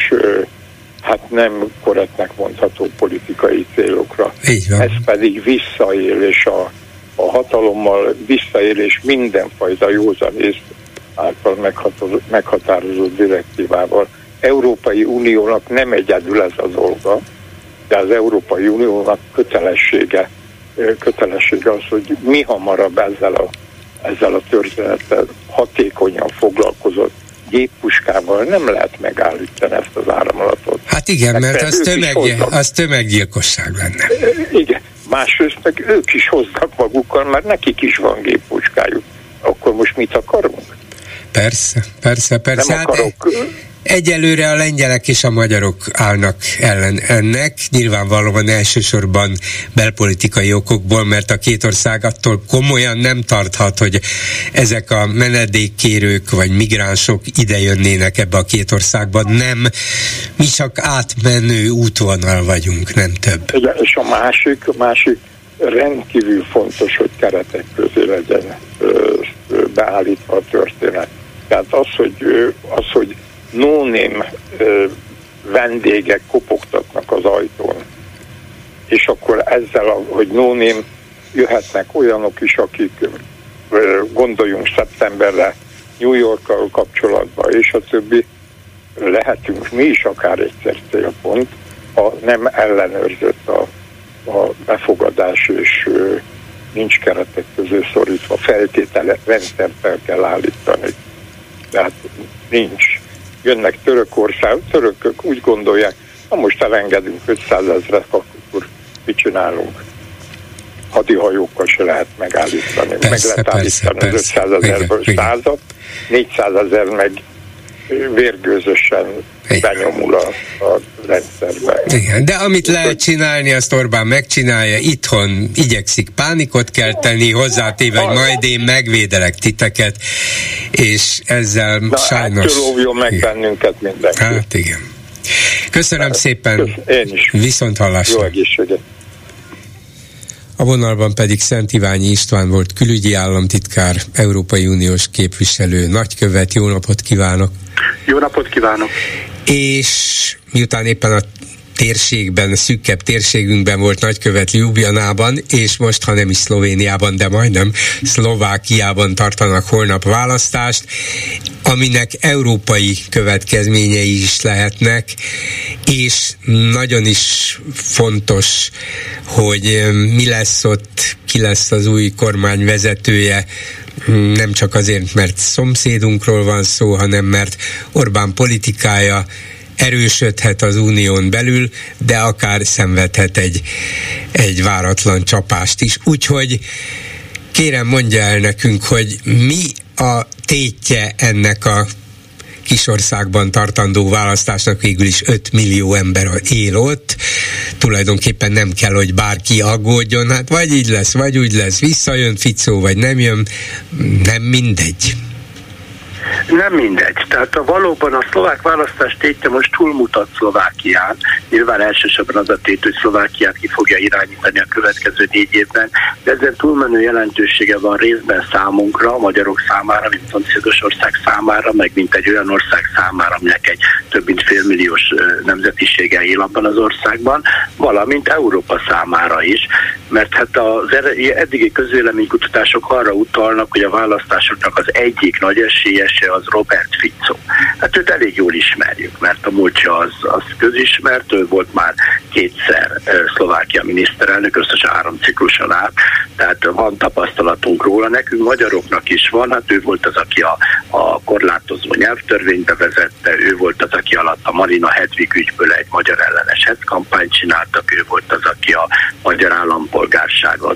hát nem korrektnek mondható politikai célokra. Ez pedig visszaélés a, a hatalommal, visszaélés mindenfajta józanész által meghatározott direktívával. Európai Uniónak nem egyedül ez a dolga, de az Európai Uniónak kötelessége, kötelessége az, hogy mi hamarabb ezzel a ezzel a történettel hatékonyan foglalkozott géppuskával nem lehet megállítani ezt az áramlatot. Hát igen, mert, mert az, tömeg, az tömeggyilkosság lenne. Igen, másrészt meg ők is hoznak magukkal, mert nekik is van géppuskájuk. Akkor most mit akarunk? Persze, persze, persze. Nem akarok... Hát egyelőre a lengyelek és a magyarok állnak ellen ennek, nyilvánvalóan elsősorban belpolitikai okokból, mert a két ország attól komolyan nem tarthat, hogy ezek a menedékkérők vagy migránsok ide jönnének ebbe a két országba. Nem, mi csak átmenő útvonal vagyunk, nem több. Igen, és a másik, a másik rendkívül fontos, hogy keretek közé legyen beállítva a történet. Tehát az, hogy, az, hogy no-name vendégek kopogtatnak az ajtón, és akkor ezzel, a, hogy no-name jöhetnek olyanok is, akik gondoljunk szeptemberre New Yorkkal kapcsolatban, és a többi, lehetünk mi is akár egyszer célpont, ha nem ellenőrzött a, a befogadás, és nincs keretek közé szorítva, feltétele, rendszert fel kell állítani. Tehát nincs. Jönnek Törökország, törökök úgy gondolják, ha most elengedünk ötszázezret, akkor mit csinálunk? Hadihajókkal se lehet megállítani. Persze, meg lehet állítani persze, az ötszázezerből százat, négyszázezer meg vérgőzösen benyomul a, a rendszerbe. Igen, de amit lehet csinálni, azt Orbán megcsinálja, itthon igyekszik pánikot kelteni, hozzátéve, hogy majd én megvédelek titeket, és ezzel Na, sajnos... ettől óvjon meg igen. bennünket mindenki. Hát igen. Köszönöm hát, szépen. Köszönöm. Én is. Viszont hallásra. Jó egészséget. A vonalban pedig Szent Iványi István volt külügyi államtitkár, Európai Uniós képviselő, nagykövet. Jó napot kívánok! Jó napot kívánok! És miután éppen a térségben, szűkebb térségünkben volt nagykövet Ljubljanában, és most, ha nem is Szlovéniában, de majdnem Szlovákiában tartanak holnap választást, aminek európai következményei is lehetnek, és nagyon is fontos, hogy mi lesz ott, ki lesz az új kormány vezetője, nem csak azért, mert szomszédunkról van szó, hanem mert Orbán politikája erősödhet az unión belül, de akár szenvedhet egy, egy váratlan csapást is. Úgyhogy kérem, mondja el nekünk, hogy mi a tétje ennek a kisországban tartandó választásnak, végül is öt millió ember él ott, tulajdonképpen nem kell, hogy bárki aggódjon, hát vagy így lesz, vagy úgy lesz, visszajön Fico, vagy nem jön, nem mindegy. Nem mindegy. Tehát a valóban a szlovák választás tétje most túlmutat Szlovákián. Nyilván elsősorban az a tét, hogy Szlovákiát ki fogja irányítani a következő négy évben, de ezen túlmenő jelentősége van részben számunkra, a magyarok számára, mint szomszédos ország számára, meg mint egy olyan ország számára, aminek egy több mint félmilliós nemzetisége él abban az országban, valamint Európa számára is, mert hát az eddigi közvéleménykutatások arra utalnak, hogy a választásoknak az egyik nagy esélyese az Robert Fico. Hát őt elég jól ismerjük, mert a múltja az, az közismert, ő volt már kétszer Szlovákia miniszterelnök, összesen három cikluson át, tehát van tapasztalatunk róla, nekünk magyaroknak is van, hát ő volt az, aki a, a korlátozó nyelvtörvényt bevezette, ő volt az, aki alatt a Marina Hedvig ügyből egy magyar ellenes hetkampányt csináltak, ő volt az, aki a magyar állampolgárságot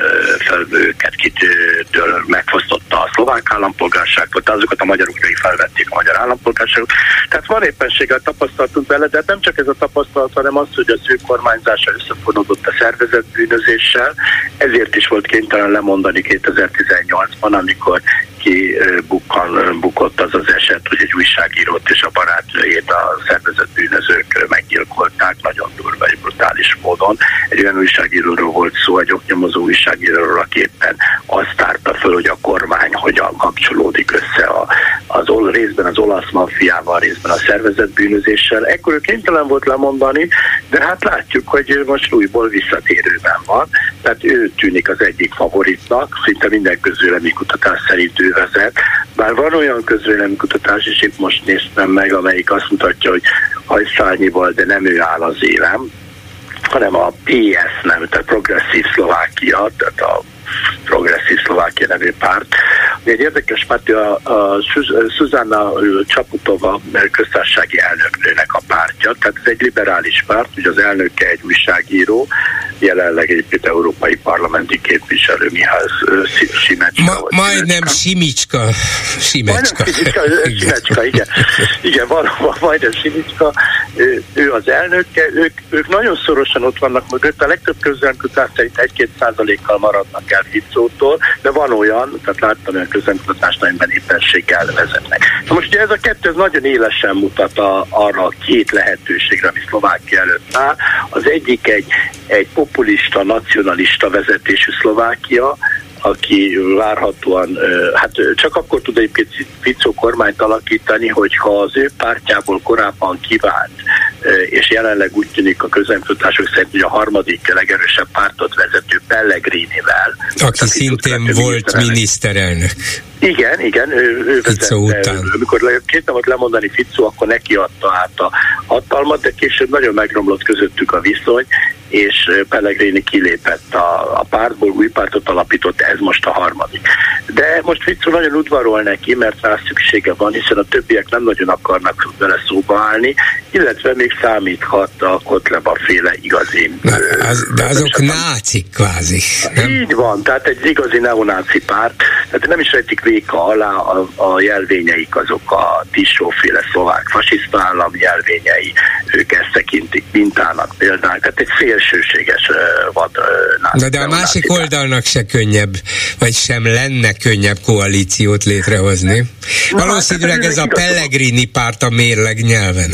fel őket kitől megfosztotta a szlovák állampolgárságot, azokat a magyarokra is felvették a magyar állampolgárságot. Tehát van éppenséggel tapasztalatunk vele, de nem csak ez a tapasztalat, hanem az, hogy az ő kormányzása összefonódott a szervezett bűnözéssel, ezért is volt kénytelen lemondani kétezer-tizennyolcban, amikor ki bukkan, bukott az az eset, hogy egy újságírót és a barátjét a szervezett bűnözők meggyilkolták nagyon durva és brutális módon. Egy olyan újságíróról volt szó, egy oknyomozó újságíróról, aki éppen azt tárta föl, hogy a kormány hogyan kapcsolódik össze a, az részben az olasz maffiával, részben a szervezett bűnözéssel. Ekkor ő kénytelen volt lemondani, de hát látjuk, hogy most újból visszatérőben van. Tehát ő tűnik az egyik favoritnak, szinte minden közvéleménykutatás szerint ő vezet. Bár van olyan közvéleménykutatás is, itt most néztem meg, amelyik azt mutatja, hogy hajszárnyival, de nem ő áll az élem, hanem a pé es nem, tehát Progresszív Szlovákia, tehát a Progresszív Szlovákia nevű párt. Egy érdekes párt, a, a Zuzana Csaputova köztársasági elnöknőnek a pártja, tehát ez egy liberális párt, hogy az elnöke egy újságíró, jelenleg egyébként európai parlamenti képviselő Mihály Simecska. Ma, majdnem Simicska. Simecska. Majdnem Simecska, igen. Igen, van, van majdnem Simicska. Ő, ő az elnöke, ők, ők nagyon szorosan ott vannak mögött, a legtöbb közvéleménykutatás szerint egy-két százalékkal maradnak el Ficótól, de van olyan, tehát láttam olyan közvéleménykutatást, amiben éppenséggel vezetnek. Na most ugye ez a kettő ez nagyon élesen mutat a, arra a két lehetőségre, ami Szlovákia előtt áll. Az egyik egy, egy populista, nacionalista vezetésű Szlovákia, aki várhatóan, hát csak akkor tud egyébként Fico kormányt alakítani, hogyha az ő pártjából korábban kívánt, és jelenleg úgy tűnik a közvéleménykutatások szerint, hogy a harmadik legerősebb pártot vezető Pellegrinivel. Aki szintén volt miniszterelnök. Igen, igen, ő, ő vezette, amikor két napot lemondani Fico, akkor neki adta át a hatalmat, de később nagyon megromlott közöttük a viszony, és Pellegrini kilépett a, a pártból, új pártot alapított, ez most a harmadik. De most Fico nagyon udvarol neki, mert rá szüksége van, hiszen a többiek nem nagyon akarnak vele szóba állni, illetve még számíthat a Kotleba féle igazi... Na, az, de azok nácik kvázi. Nem? Így van, tehát egy igazi neonáci párt, tehát nem is rejtik véka alá a, a jelvényeik, azok a Tissóféle szlovák fasiszta állam jelvényei, ők ezt tekintik mintának például, tehát egy szélsőséges vad náci. De, de a másik párt. Oldalnak se könnyebb, vagy sem lenne könnyebb koalíciót létrehozni. Na, valószínűleg hát, ez a Pellegrini párt a mérleg nyelve, nem?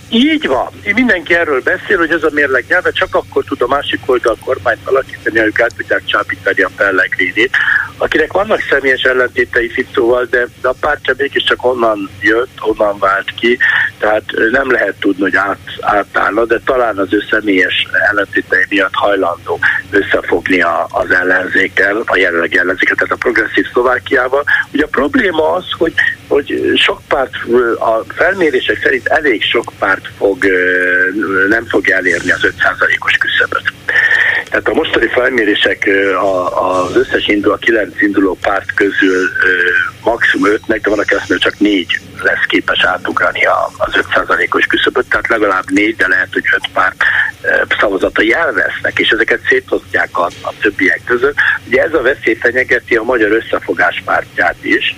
Így van. Mindenki erről beszél, hogy ez a mérleg nyelve csak akkor tud a másik oldal kormányt alakítani, ők át tudják csábítani a Pellegrinit, akinek vannak személyes ellentétei Ficóval, de, de a pártja mégiscsak onnan jött, onnan vált ki, tehát nem lehet tudni, hogy át, átállna, de talán az ő személyes ellentétei miatt hajlandó összefogni a, az ellenzékkel, a jelenlegi ellenzéket, tehát a progresszív Szlovákiával. Ugye a probléma az, hogy, hogy sok párt, a felmérések szerint elég sok párt fog, nem fogja elérni az öt százalékos küszöböt. Tehát a mostani felmérések az összes induló, a kilenc induló párt közül maximum ötnek, de van, aki azt mondja, csak négy lesz képes átugrani az öt százalékos küszöböt, tehát legalább négy, de lehet, hogy öt párt szavazatai elvesznek, és ezeket szétosztják a, a többiek között. Ugye ez a veszély fenyegeti a Magyar Összefogás pártját is,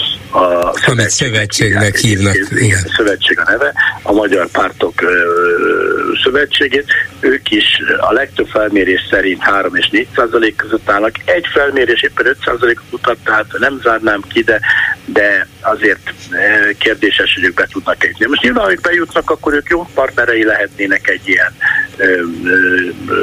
a amit szövetségnek hívnak. Igen, igen, szövetség a neve, a Magyar Pártok ö, Szövetségét. Ők is a legtöbb felmérés szerint három és négy százalék között állnak. Egy felmérés éppen öt százalékot mutat, tehát nem zárnám ki, de, de azért kérdéses, hogy ők be tudnak egyni. Most nyilván, hogy bejutnak, akkor ők jó partnerei lehetnének egy ilyen ö, ö,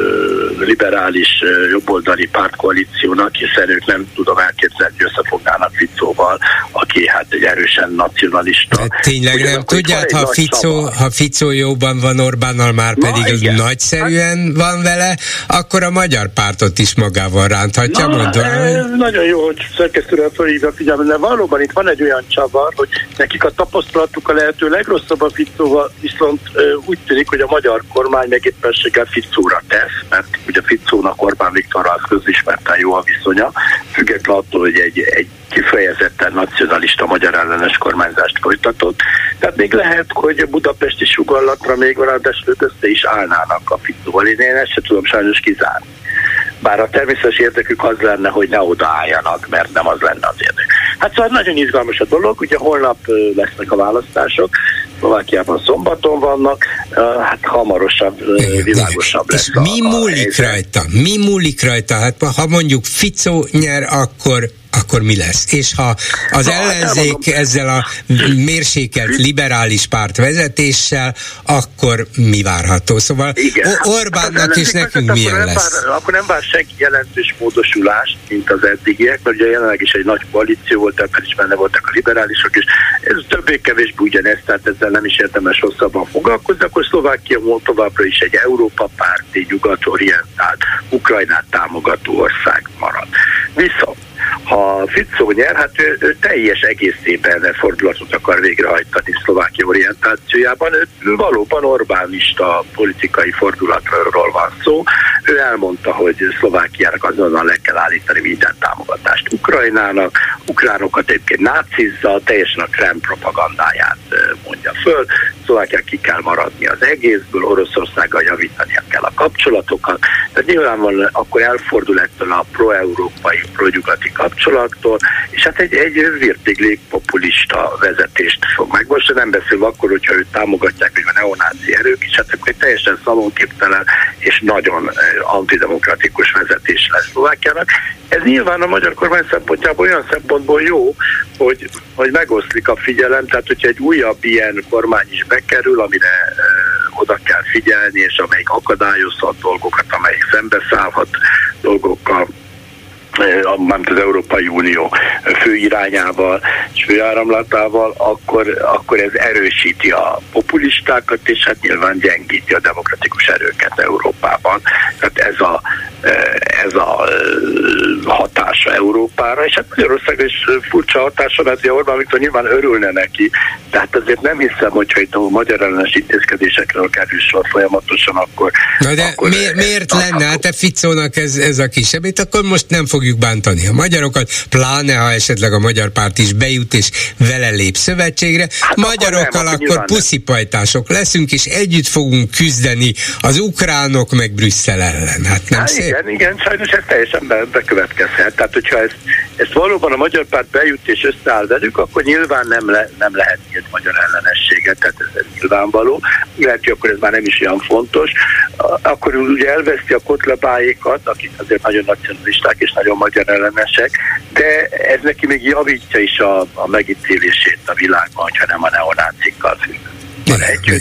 ö, liberális, jobboldali pártkoalíciónak, hiszen ők nem tudom elképzelni, hogy összefognának Ficóval, aki hát egy erősen nacionalista. De tényleg ugyan, nem tudját, ha Ficó, ha Ficó jóban van Orbánnal, már Na, pedig az nagyszerűen hát, van vele, akkor a magyar pártot is magával ránthatja. Na, mondva, e, nagyon jó, hogy szerkesztőre fölhívja a figyelmet, de valóban itt van egy olyan csavar, hogy nekik a tapasztalatuk a lehető legrosszabb a Ficóval, viszont e, úgy tűnik, hogy a magyar kormány meg éppenséggel Ficóra tesz, mert ugye Ficónak Orbán Viktorral az közismerten jó a viszonya, függetlenül attól, hogy egy, egy kifejezetten nacionalista magyar ellenes kormányzást folytatott. Tehát még lehet, hogy a budapesti sugallatra még ráadásul össze is állnának a Ficóval. Én ezt sem tudom sajnos kizárni. Bár a természetes érdekük az lenne, hogy ne odaálljanak, mert nem az lenne az érdek. Hát szóval nagyon izgalmas a dolog, ugye holnap lesznek a választások, Szlovákiában szombaton vannak, hát hamarosabb, világosabb lesz. És mi múlik rajta? Mi múlik rajta? Hát ha mondjuk Ficó nyer, akkor akkor mi lesz? És ha az Na, ellenzék hát ezzel a mérsékelt liberális párt vezetéssel, akkor mi várható? Szóval igen, Orbánnak és nekünk milyen akkor lesz? Vár, akkor nem vár senki jelentős módosulást, mint az eddigiek, mert ugye jelenleg is egy nagy koalíció volt, ebben is benne voltak a liberálisok, és ez többé-kevésbé ugyanez, tehát ezzel nem is érdemes hosszabban foglalkozni, akkor Szlovákia továbbra is egy Európa párti, nyugatorientált, Ukrajnát támogató ország marad. Viszont ha Ficó nyer, hát ő, ő teljes egészében fordulatot akar végrehajtani Szlovákia orientációjában. Ő valóban Orbánista politikai fordulatról van szó. Ő elmondta, hogy Szlovákiának azonnal le kell állítani minden támogatást Ukrajnának, ukránokat egyébként nácizza, teljesen a Kreml propagandáját mondja föl. Szlovákiának ki kell maradni az egészből, Oroszországgal javítania kell a kapcsolatokat. Tehát nyilvánvalóan akkor elfordul ettől a pro-európai, pro-nyugati kapcsolattól, és hát egy, egy virtiglig populista vezetést fog megvalósítani. Nem beszélve akkor, hogyha őt támogatják, hogy a neonáci erők is, hát akkor egy teljesen szalonképtelen és nagyon antidemokratikus vezetés lesz Szlovákiának. Ez nyilván a magyar kormány szempontjából olyan szempontból jó, hogy, hogy megoszlik a figyelem, tehát hogyha egy újabb ilyen kormány is bekerül, amire e, oda kell figyelni, és amelyik akadályozhat dolgokat, amelyik szembeszállhat dolgokkal, mármint az Európai Unió fő irányával és főáramlatával, akkor, akkor ez erősíti a populistákat, és hát nyilván gyengíti a demokratikus erőket Európában. Tehát ez a, ez a hatása Európára, és hát Magyarország is furcsa hatása, mert Orbán Viktor nyilván örülne neki, tehát azért nem hiszem, hogyha itt a magyar ellenes intézkedésekről kerül sor folyamatosan, akkor... Na de akkor miért, miért lenne? Hát a Ficónak ez, ez a kisebbét, akkor most nem fogjuk bántani a magyarokat, pláne ha esetleg a magyar párt is bejut és vele lép szövetségre. Hát magyarokkal akkor, nem, akkor puszipajtások leszünk, és együtt fogunk küzdeni az ukránok meg Brüsszel ellen. Hát nem hát szép? Igen, igen, sajnos ez teljesen be, bekövetkezhet. Tehát, hogyha ezt, ezt valóban a magyar párt bejut és összeáll velük, akkor nyilván nem, le, nem lehet ilyet magyar ellenességet, tehát ez, ez nyilvánvaló. Lehet, hogy akkor ez már nem is olyan fontos. Akkor ugye elveszti a kotlebáékat, akik azért nagyon nacionalisták és nagyon magyar ellenesek, de ez neki még javítja is a, a megítélését a világban, hogyha nem a neonácikkal függ együtt.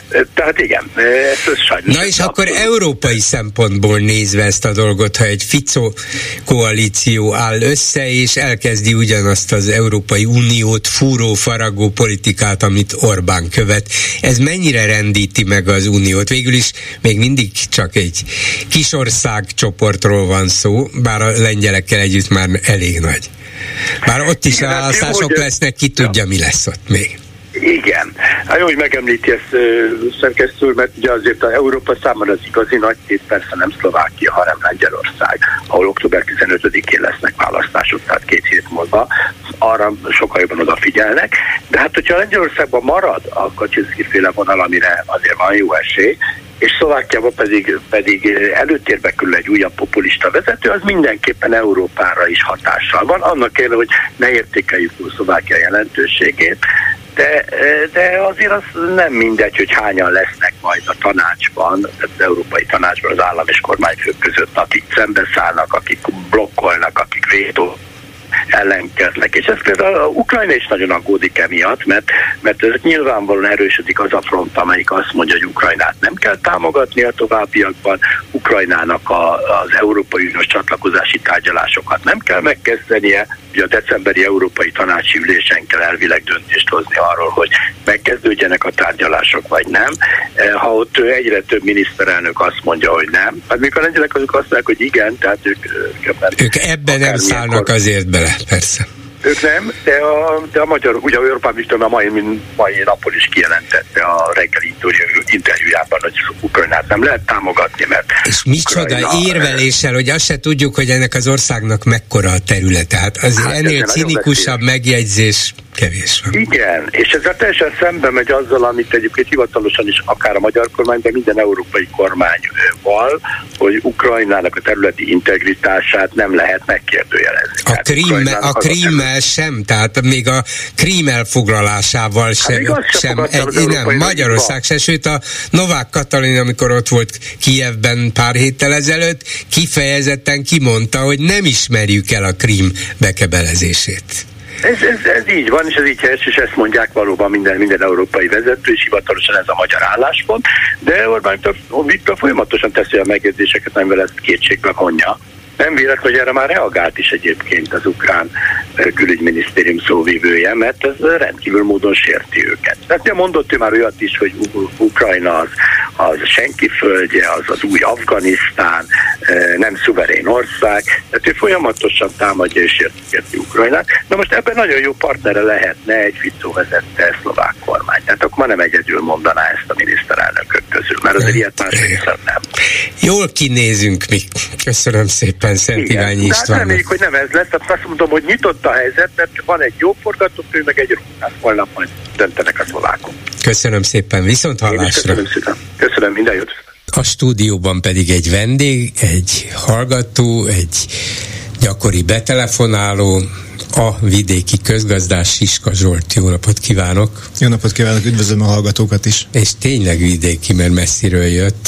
Tehát igen, ez sajnos. Na és akkor abszolút. Európai szempontból nézve ezt a dolgot, ha egy Fico koalíció áll össze, és elkezdi ugyanazt az Európai Uniót fúró, faragó politikát, amit Orbán követ, ez mennyire rendíti meg az Uniót? Végül is még mindig csak egy kisország csoportról van szó, bár a lengyelekkel együtt már elég nagy. Bár ott is választások lesznek, ki tudja, ja. mi lesz ott még. Igen. Hát jó, hogy megemlíti ezt uh, szerkesztő, mert ugye azért a Európa számára az igazi nagy tét persze nem Szlovákia, hanem Lengyelország, ahol október tizenötödikén lesznek választások, tehát két hét múlva. Arra sokkal jobban odafigyelnek. De hát, hogyha Lengyelországban marad a Kaczynszki-féle vonal, amire azért van jó esély, és Szlovákiában pedig, pedig előtérbe kerül egy újabb populista vezető, az mindenképpen Európára is hatással van. Annak ellenére, hogy ne értékeljük túl Szlovákia jelentőségét, de, de azért az nem mindegy, hogy hányan lesznek majd a tanácsban, az Európai Tanácsban az állam és kormányfők között, akik szembeszállnak, akik blokkolnak, akik vétó ellenkeznek. És ez például Ukrajna is nagyon aggódik emiatt, mert, mert ez nyilvánvalóan erősödik az a front, amelyik azt mondja, hogy Ukrajnát nem kell támogatni a továbbiakban, Ukrajnának a, az Európai Uniós csatlakozási tárgyalásokat nem kell megkezdenie, ugye a decemberi Európai Tanácsi ülésen kell elvileg döntést hozni arról, hogy megkezdődjenek a tárgyalások, vagy nem. Ha ott egyre több miniszterelnök azt mondja, hogy nem, hát mikor a lengyelek azok azt mondják, hogy igen, tehát ők... Ők, ők ebben nem szállnak azért bele, persze. Ők nem, de a, de a magyar, ugye Orbán Viktor a mai, mai napon is kijelentette a reggeli interjújában, hogy Ukrajnát nem lehet támogatni, mert... És micsoda érveléssel, hogy azt se tudjuk, hogy ennek az országnak mekkora a területe. Hát azért hát ennél cinikusabb megjegyzés kevés van. Igen, és ezzel teljesen szembe megy azzal, amit egyébként hivatalosan is akár a magyar kormány, de minden európai kormány val, hogy Ukrajnának a területi integritását nem lehet megkérdőjelezni. A, krím, a krímmel sem, tehát még a Krím elfoglalásával sem, hát sem egy, nem, Magyarország se, sőt a Novák Katalin, amikor ott volt Kijevben pár héttel ezelőtt, kifejezetten kimondta, hogy nem ismerjük el a Krím bekebelezését. Ez, ez, ez így van, és ez így helyes, és ezt mondják valóban minden, minden európai vezető, és hivatalosan ez a magyar álláspont, de Orbán Viktor folyamatosan teszi a megjegyzéseket, amivel ezt kétségbe vonja. Nem véletlen, hogy erre már reagált is egyébként az ukrán külügyminisztérium szóvivője, mert ez rendkívül módon sérti őket. Tehát mondott ő már olyat is, hogy Ukrajna az, az senki földje, az az új Afganisztán, nem szuverén ország, tehát ő folyamatosan támadja és sérti Ukrajnát. Na most ebben nagyon jó partnere lehetne egy Fico vezette szlovák kormány. Tehát akkor már nem egyedül mondaná ezt a miniszterelnökök közül, mert azért ilyet másodszor nem. Jól kinézünk mi. Köszönöm szépen Szent Iványi Istvánnak. Reméljük, hogy nem ez lesz, tehát azt mondom, hogy nyitott a helyzet, mert van egy jó forgatókönyv, meg egy rossz, holnap majd döntenek a szlovákok. Köszönöm szépen, viszont hallásra. Köszönöm szépen. Köszönöm, minden jót. A stúdióban pedig egy vendég, egy hallgató, egy gyakori betelefonáló, a vidéki közgazdás Siska Zsolt. Jó napot kívánok! Jó napot kívánok, üdvözlöm a hallgatókat is! És tényleg vidéki, mert messziről jött.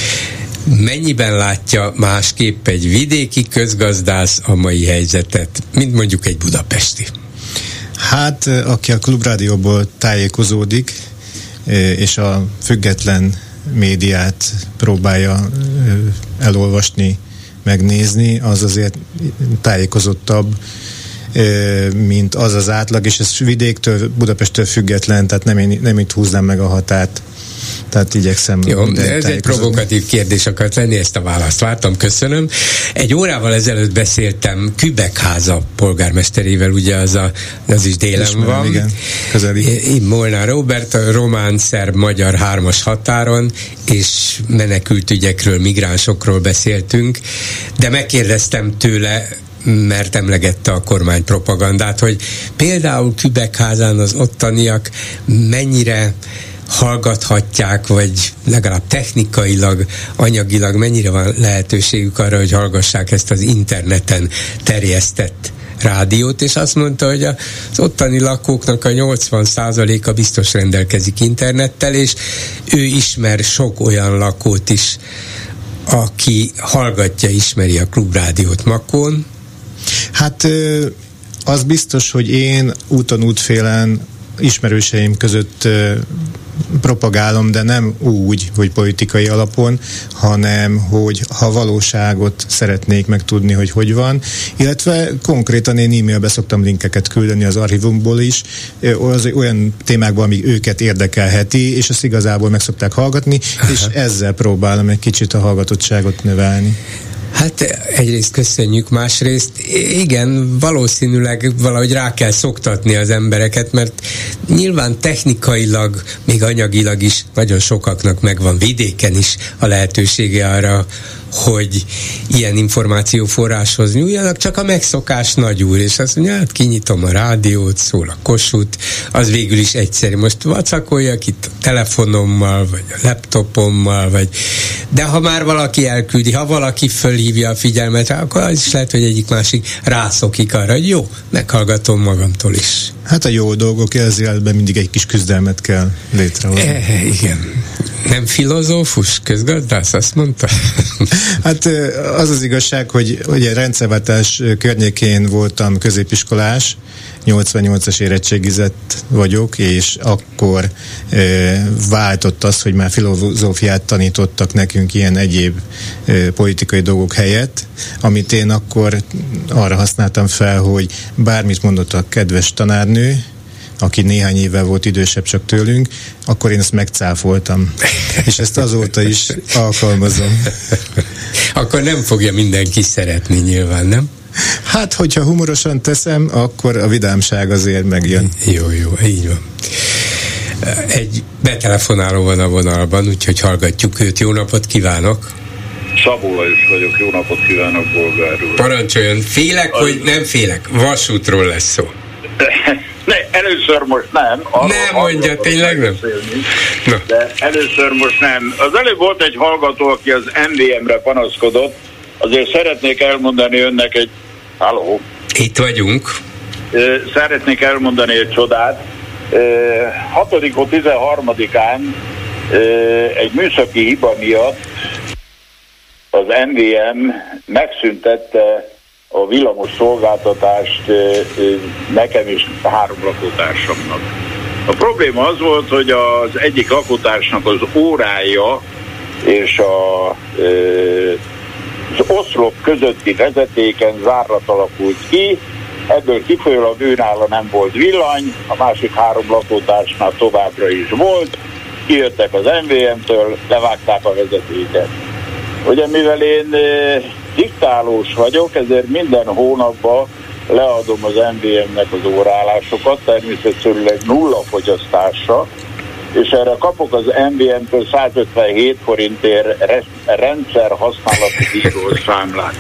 Mennyiben látja másképp egy vidéki közgazdász a mai helyzetet, mint mondjuk egy budapesti? Hát, aki a Klubrádióból tájékozódik, és a független médiát próbálja elolvasni, megnézni, az azért tájékozottabb, mint az az átlag, és ez vidéktől, Budapesttől független, tehát nem, én, nem itt húznám meg a határt. Tehát igyekszem. Jó, de ez egy provokatív kérdés akart lenni, ezt a választ vártam, köszönöm. Egy órával ezelőtt beszéltem Kübekháza polgármesterével, ugye az, a, az is délen Ismerem, van. Igen, közeli. Molnár Róbert, a román-szerb-magyar hármas határon, és menekültügyekről, migránsokról beszéltünk, de megkérdeztem tőle, mert emlegette a kormány propagandát, hogy például Kübekházán az ottaniak mennyire hallgathatják, vagy legalább technikailag, anyagilag mennyire van lehetőségük arra, hogy hallgassák ezt az interneten terjesztett rádiót, és azt mondta, hogy az ottani lakóknak a nyolcvan százaléka biztos rendelkezik internettel, és ő ismer sok olyan lakót is, aki hallgatja, ismeri a Klubrádiót Makón. Hát az biztos, hogy én úton útfélen ismerőseim között propagálom, de nem úgy, hogy politikai alapon, hanem, hogy ha valóságot szeretnék megtudni, hogy hogy van, illetve konkrétan én e-mailbe szoktam linkeket küldeni az archívumból is, az olyan témákban, ami őket érdekelheti, és ezt igazából meg szokták hallgatni, aha, és ezzel próbálom egy kicsit a hallgatottságot növelni. Hát egyrészt köszönjük, másrészt igen, valószínűleg valahogy rá kell szoktatni az embereket, mert nyilván technikailag, még anyagilag is nagyon sokaknak megvan vidéken is a lehetősége arra, hogy ilyen információforráshoz nyúljanak, csak a megszokás nagyúr, és azt mondja, hát kinyitom a rádiót, szól a Kossuth, az végül is egyszerű. Most vacakoljak itt a telefonommal, vagy a laptopommal, vagy de ha már valaki elküldi, ha valaki fölhívja a figyelmet, akkor az is lehet, hogy egyik másik rászokik arra, hogy jó, meghallgatom magamtól is. Hát a jó dolgok az életben mindig egy kis küzdelmet kell létrehozni. E, igen. Nem filozófus, közgazdász, azt mondta? Hát az az igazság, hogy, hogy a rendszerváltás környékén voltam középiskolás, nyolcvannyolcas érettségizett vagyok, és akkor e, váltott az, hogy már filozófiát tanítottak nekünk ilyen egyéb e, politikai dolgok helyett, amit én akkor arra használtam fel, hogy bármit mondott a kedves tanárnő, aki néhány évvel volt idősebb csak tőlünk, akkor én ezt megcáfoltam. És ezt azóta is alkalmazom. Akkor nem fogja mindenki szeretni nyilván, nem? Hát, hogyha humorosan teszem, akkor a vidámság azért megjön. Jó, jó, így van. Egy betelefonáló van a vonalban, úgyhogy hallgatjuk őt. Jó napot kívánok! Szabó Lajos vagyok, jó napot kívánok, Bolgár úr. Parancsoljon, félek, az... hogy nem félek, vasútról lesz szó. Ne, először most nem. Arról nem mondja, tényleg nem? Na. De először most nem. Az előbb volt egy hallgató, aki az em vé em-re panaszkodott. Azért szeretnék elmondani önnek egy... Halló? Itt vagyunk. Szeretnék elmondani egy csodát. hatodika tizenharmadikán egy műszaki hiba miatt az em vé em megszüntette a villamos szolgáltatást nekem és három lakótársamnak. A probléma az volt, hogy az egyik lakótársnak az órája és a, az oszlop közötti vezetéken zárlat alakult ki, ebből kifolyólag őnála nem volt villany, a másik három lakótársnál továbbra is volt, kijöttek az em vé em-től, levágták a vezetéket. Ugye mivel én diktálós vagyok, ezért minden hónapban leadom az em vé em-nek az óraállásokat, természetesen nulla fogyasztásra, és erre kapok az em vé em-től százötvenhét forintért rendszer használati díjról számlát.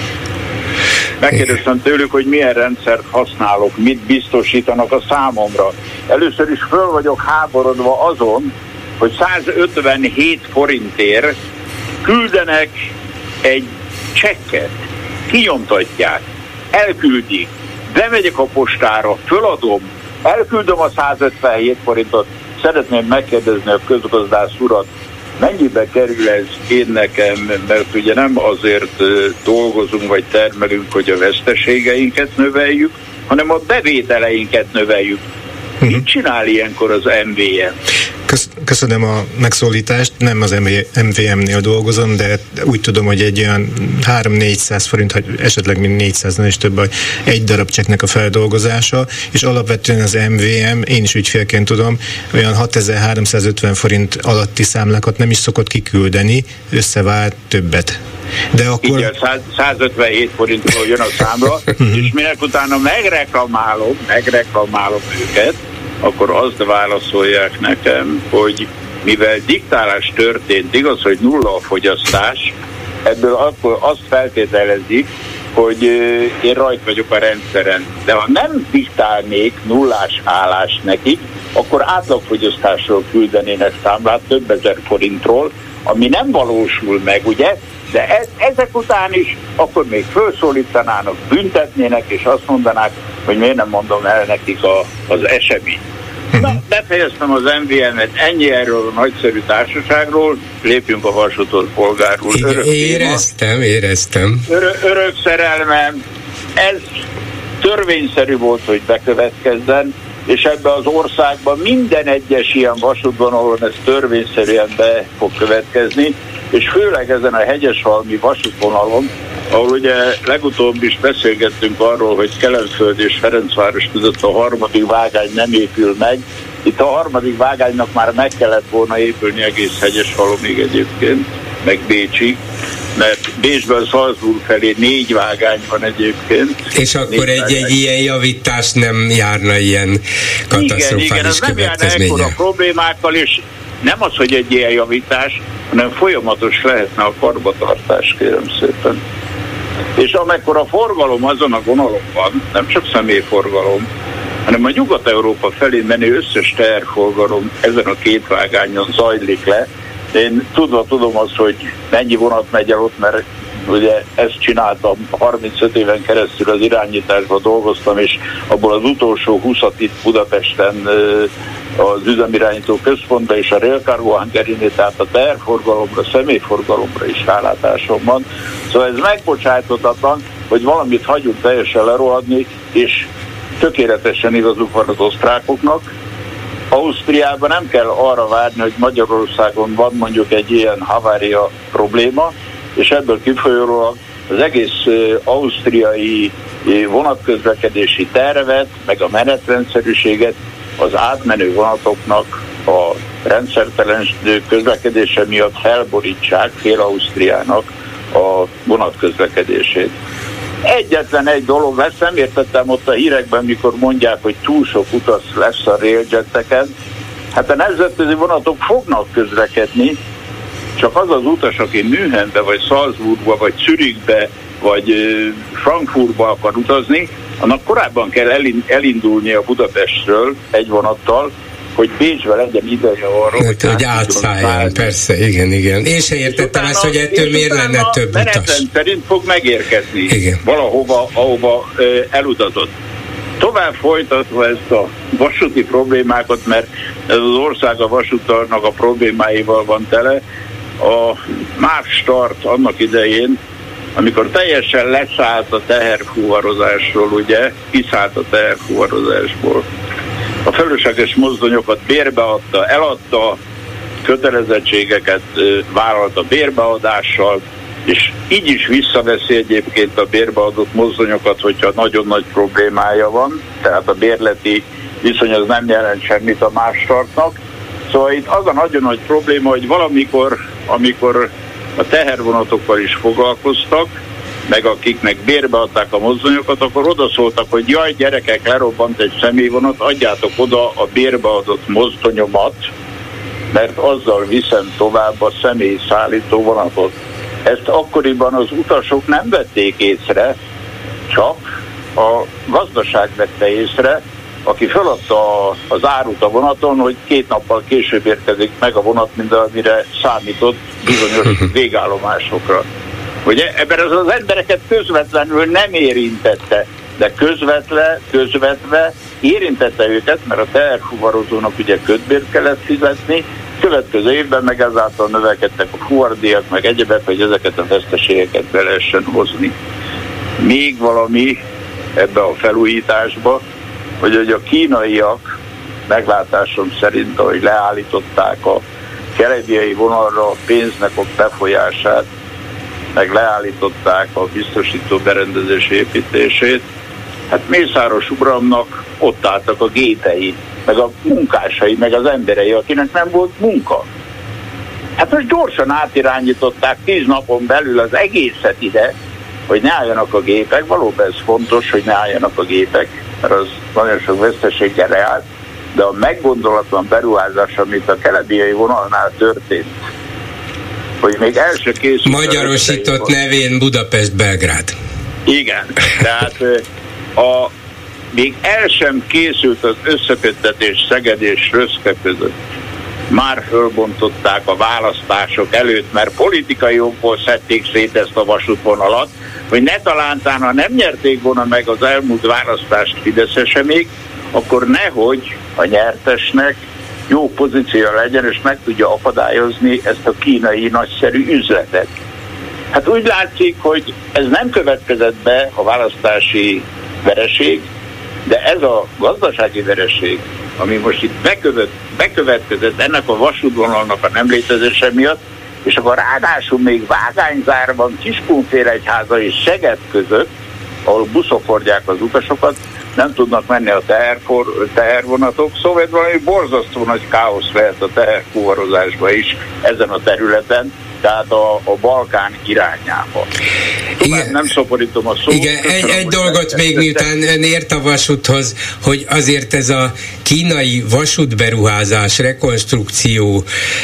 Megkérdeztem tőlük, hogy milyen rendszert használok, mit biztosítanak a számomra. Először is föl vagyok háborodva azon, hogy százötvenhét forintért küldenek egy csekket, kinyomtatják, elküldik, bemegyek a postára, föladom, elküldöm a százötvenhét forintot, szeretném megkérdezni a közgazdász urat, mennyibe kerül ez én nekem, mert ugye nem azért dolgozunk vagy termelünk, hogy a veszteségeinket növeljük, hanem a bevételeinket növeljük. Mit csinál ilyenkor az em vé em? Köszönöm a megszólítást, nem az em vé em-nél dolgozom, de úgy tudom, hogy egy olyan három-négyszáz forint, vagy esetleg még négyszáznál is több egy darab csekknek a feldolgozása, és alapvetően az em vé em, én is ügyfélként tudom, olyan hatezer-háromszázötven forint alatti számlákat nem is szokott kiküldeni, összevált többet. De akkor... Igen, százötvenhét forintról jön a számla, és minek utána megreklamálom, megreklamálom őket, akkor azt válaszolják nekem, hogy mivel diktálás történt, igaz, hogy nulla a fogyasztás, ebből akkor azt feltételezik, hogy én rajt vagyok a rendszeren. De ha nem diktálnék nullás állást nekik, akkor átlagfogyasztásról küldenének számlát több ezer forintról, ami nem valósul meg, ugye? De ez, ezek után is akkor még felszólítanának, büntetnének, és azt mondanák, hogy miért nem mondom el nekik a, az eseményt. Na, befejeztem az em vé em-et, ennyi erről a nagyszerű társaságról, lépjünk a vasúton, Polgár úr. Örök éreztem, téma. éreztem. Örök, örök szerelmem, ez törvényszerű volt, hogy bekövetkezzen, és ebben az országban minden egyes ilyen vasútvonalon ez törvényszerűen be fog következni, és főleg ezen a hegyeshalmi vasútvonalon, ahol ugye legutóbb is beszélgettünk arról, hogy Kelenföld és Ferencváros között a harmadik vágány nem épül meg. Itt a harmadik vágánynak már meg kellett volna épülni egész Hegyeshalomig egyébként, meg Bécsig, mert Bécsből Salzburg felé négy vágány van egyébként. És akkor egy, egy ilyen javítás nem járna ilyen katasztrofális igen, igen, ez nem járna ekkora problémákkal, és nem az, hogy egy ilyen javítás, hanem folyamatos lehetne a karbantartás, kérem szépen. És amikor a forgalom azon a vonalon van, nem csak személyforgalom, hanem a Nyugat-Európa felé menő összes teherforgalom ezen a két vágányon zajlik le. Én tudva tudom azt, hogy mennyi vonat megy el ott, mert ugye ezt csináltam, harmincöt éven keresztül az irányításban dolgoztam, és abból az utolsó húszat itt Budapesten az üzemirányító központban és a Rail Cargo Hungary-nél, tehát a teherforgalomra, személyforgalomra is rálátásom van. Szóval ez megbocsájthatatlan, hogy valamit hagyunk teljesen lerohadni, és tökéletesen igazuk van az osztrákoknak. Ausztriában nem kell arra várni, hogy Magyarországon van mondjuk egy ilyen havária probléma, és ebből kifolyólag az egész ausztriai vonatközlekedési tervet, meg a menetrendszerűséget az átmenő vonatoknak a rendszertelen közlekedése miatt felborítsák fél Ausztriának a vonatközlekedését. Egyetlen egy dolog lesz, nem értettem ott a hírekben, mikor mondják, hogy túl sok utas lesz a railjetteken. Hát a nemzetközi vonatok fognak közlekedni, csak az az utas, aki Münchenbe, vagy Salzburgba, vagy Zürichbe, vagy Frankfurtba akar utazni, annak korábban kell elindulni a Budapestről egy vonattal, hogy Bécsbe legyen ideje arra, hát, hogy, hogy átszálljon, persze, igen, igen. Én se értettem ezt, hogy ettől miért lenne több utas. Menetrend szerint fog megérkezni igen. valahova, ahova ö, elutazott. Tovább folytatva ezt a vasúti problémákat, mert ez az ország a vasútnak a problémáival van tele, a MÁV Start annak idején, amikor teljesen leszállt a teherfuvarozásról, ugye, kiszállt a teherfuvarozásból. A fölösleges mozdonyokat bérbeadta, eladta, kötelezettségeket vállalt a bérbeadással, és így is visszaveszi egyébként a bérbeadott mozdonyokat, hogyha nagyon nagy problémája van, tehát a bérleti viszony az nem jelent semmit a MÁV Startnak. Szóval itt az a nagyon nagy probléma, hogy valamikor, amikor a tehervonatokkal is foglalkoztak, meg akiknek bérbeadták a mozdonyokat, akkor odaszóltak, hogy jaj, gyerekek, lerobbant egy személyvonat, adjátok oda a bérbeadott mozdonyomat, mert azzal viszem tovább a személyszállító vonatot. Ezt akkoriban az utasok nem vették észre, csak a gazdaság vette észre, aki feladta az árut a vonaton, hogy két nappal később érkezik meg a vonat, mint amire számított bizonyos végállomásokra. Ugye ebben az, az embereket közvetlenül nem érintette, de közvetve, közvetve érintette őket, mert a teherfuvarozónak ugye kötbért kellett fizetni, következő évben meg ezáltal növekedtek a fuvardiak, meg egyebek, hogy ezeket a veszteségeket be lehessen hozni. Még valami ebbe a felújításba, hogy, hogy a kínaiak meglátásom szerint, ahogy leállították a kelebiai vonalra a pénznek a befolyását, meg leállították a biztosító berendezés építését, hát Mészáros uramnak ott álltak a gépei, meg a munkásai, meg az emberei, akinek nem volt munka. Hát most gyorsan átirányították tíz napon belül az egészet ide, hogy ne álljanak a gépek. Valóban ez fontos, hogy ne álljanak a gépek, mert az nagyon sok veszteséggel reált, de a meggondolatlan beruházás, amit a kelebiai vonalnál történt, hogy még el se készült... Magyarosított nevén Budapest-Belgrád. Igen, tehát a, még el sem készült az összeköttetés Szeged és Röszke között. Már fölbontották a választások előtt, mert politikai okból szedték szét ezt a vasútvonalat, hogy ne talántán, ha nem nyerték volna meg az elmúlt választást Fideszese még, akkor nehogy a nyertesnek jó pozíciója legyen, és meg tudja akadályozni ezt a kínai nagyszerű üzletet. Hát úgy látszik, hogy ez nem következett be a választási vereség, De ez a gazdasági vereség, ami most itt bekövet, bekövetkezett ennek a vasútvonalnak a nem létezése miatt, és akkor ráadásul még Vágányzárban, Kiskunfélegyháza és Szeged között, ahol buszok hordják az utasokat, nem tudnak menni a teherfor, tehervonatok, szóval valami borzasztó nagy káosz lehet a teherfuvarozásba is ezen a területen, tehát a, a Balkán irányába. Igen, nem szoporítom a szót. Igen, Köszönöm, egy, egy dolgot még miután ön ért a vasúthoz, hogy azért ez a kínai vasútberuházás, rekonstrukció,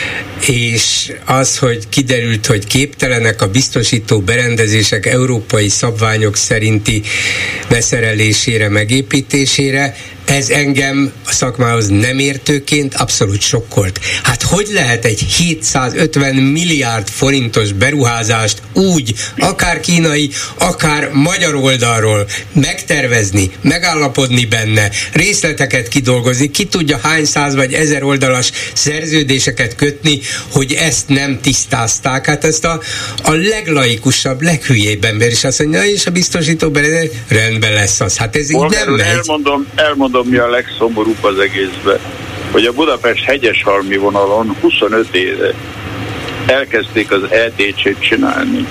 és az, hogy kiderült, hogy képtelenek a biztosító berendezések európai szabványok szerinti beszerelésére, megépítésére, ez engem a szakmához nem értőként abszolút sokkolt. Hát hogy lehet egy hétszázötven milliárd forintos beruházást úgy, akár kínai, akár magyar oldalról megtervezni, megállapodni benne, részleteket kidolgozni, ki tudja hány száz vagy ezer oldalas szerződéseket kötni, hogy ezt nem tisztázták. Hát ezt a, a leglaikusabb, leghülyébb ember is azt mondja, és a biztosító berendezés rendben lesz az. Hát ez így nem megy. Elmondom, elmondom mi a legszomorúbb az egészben, hogy a Budapest-Hegyeshalmi vonalon huszonöt éve elkezdték az é té cét csinálni.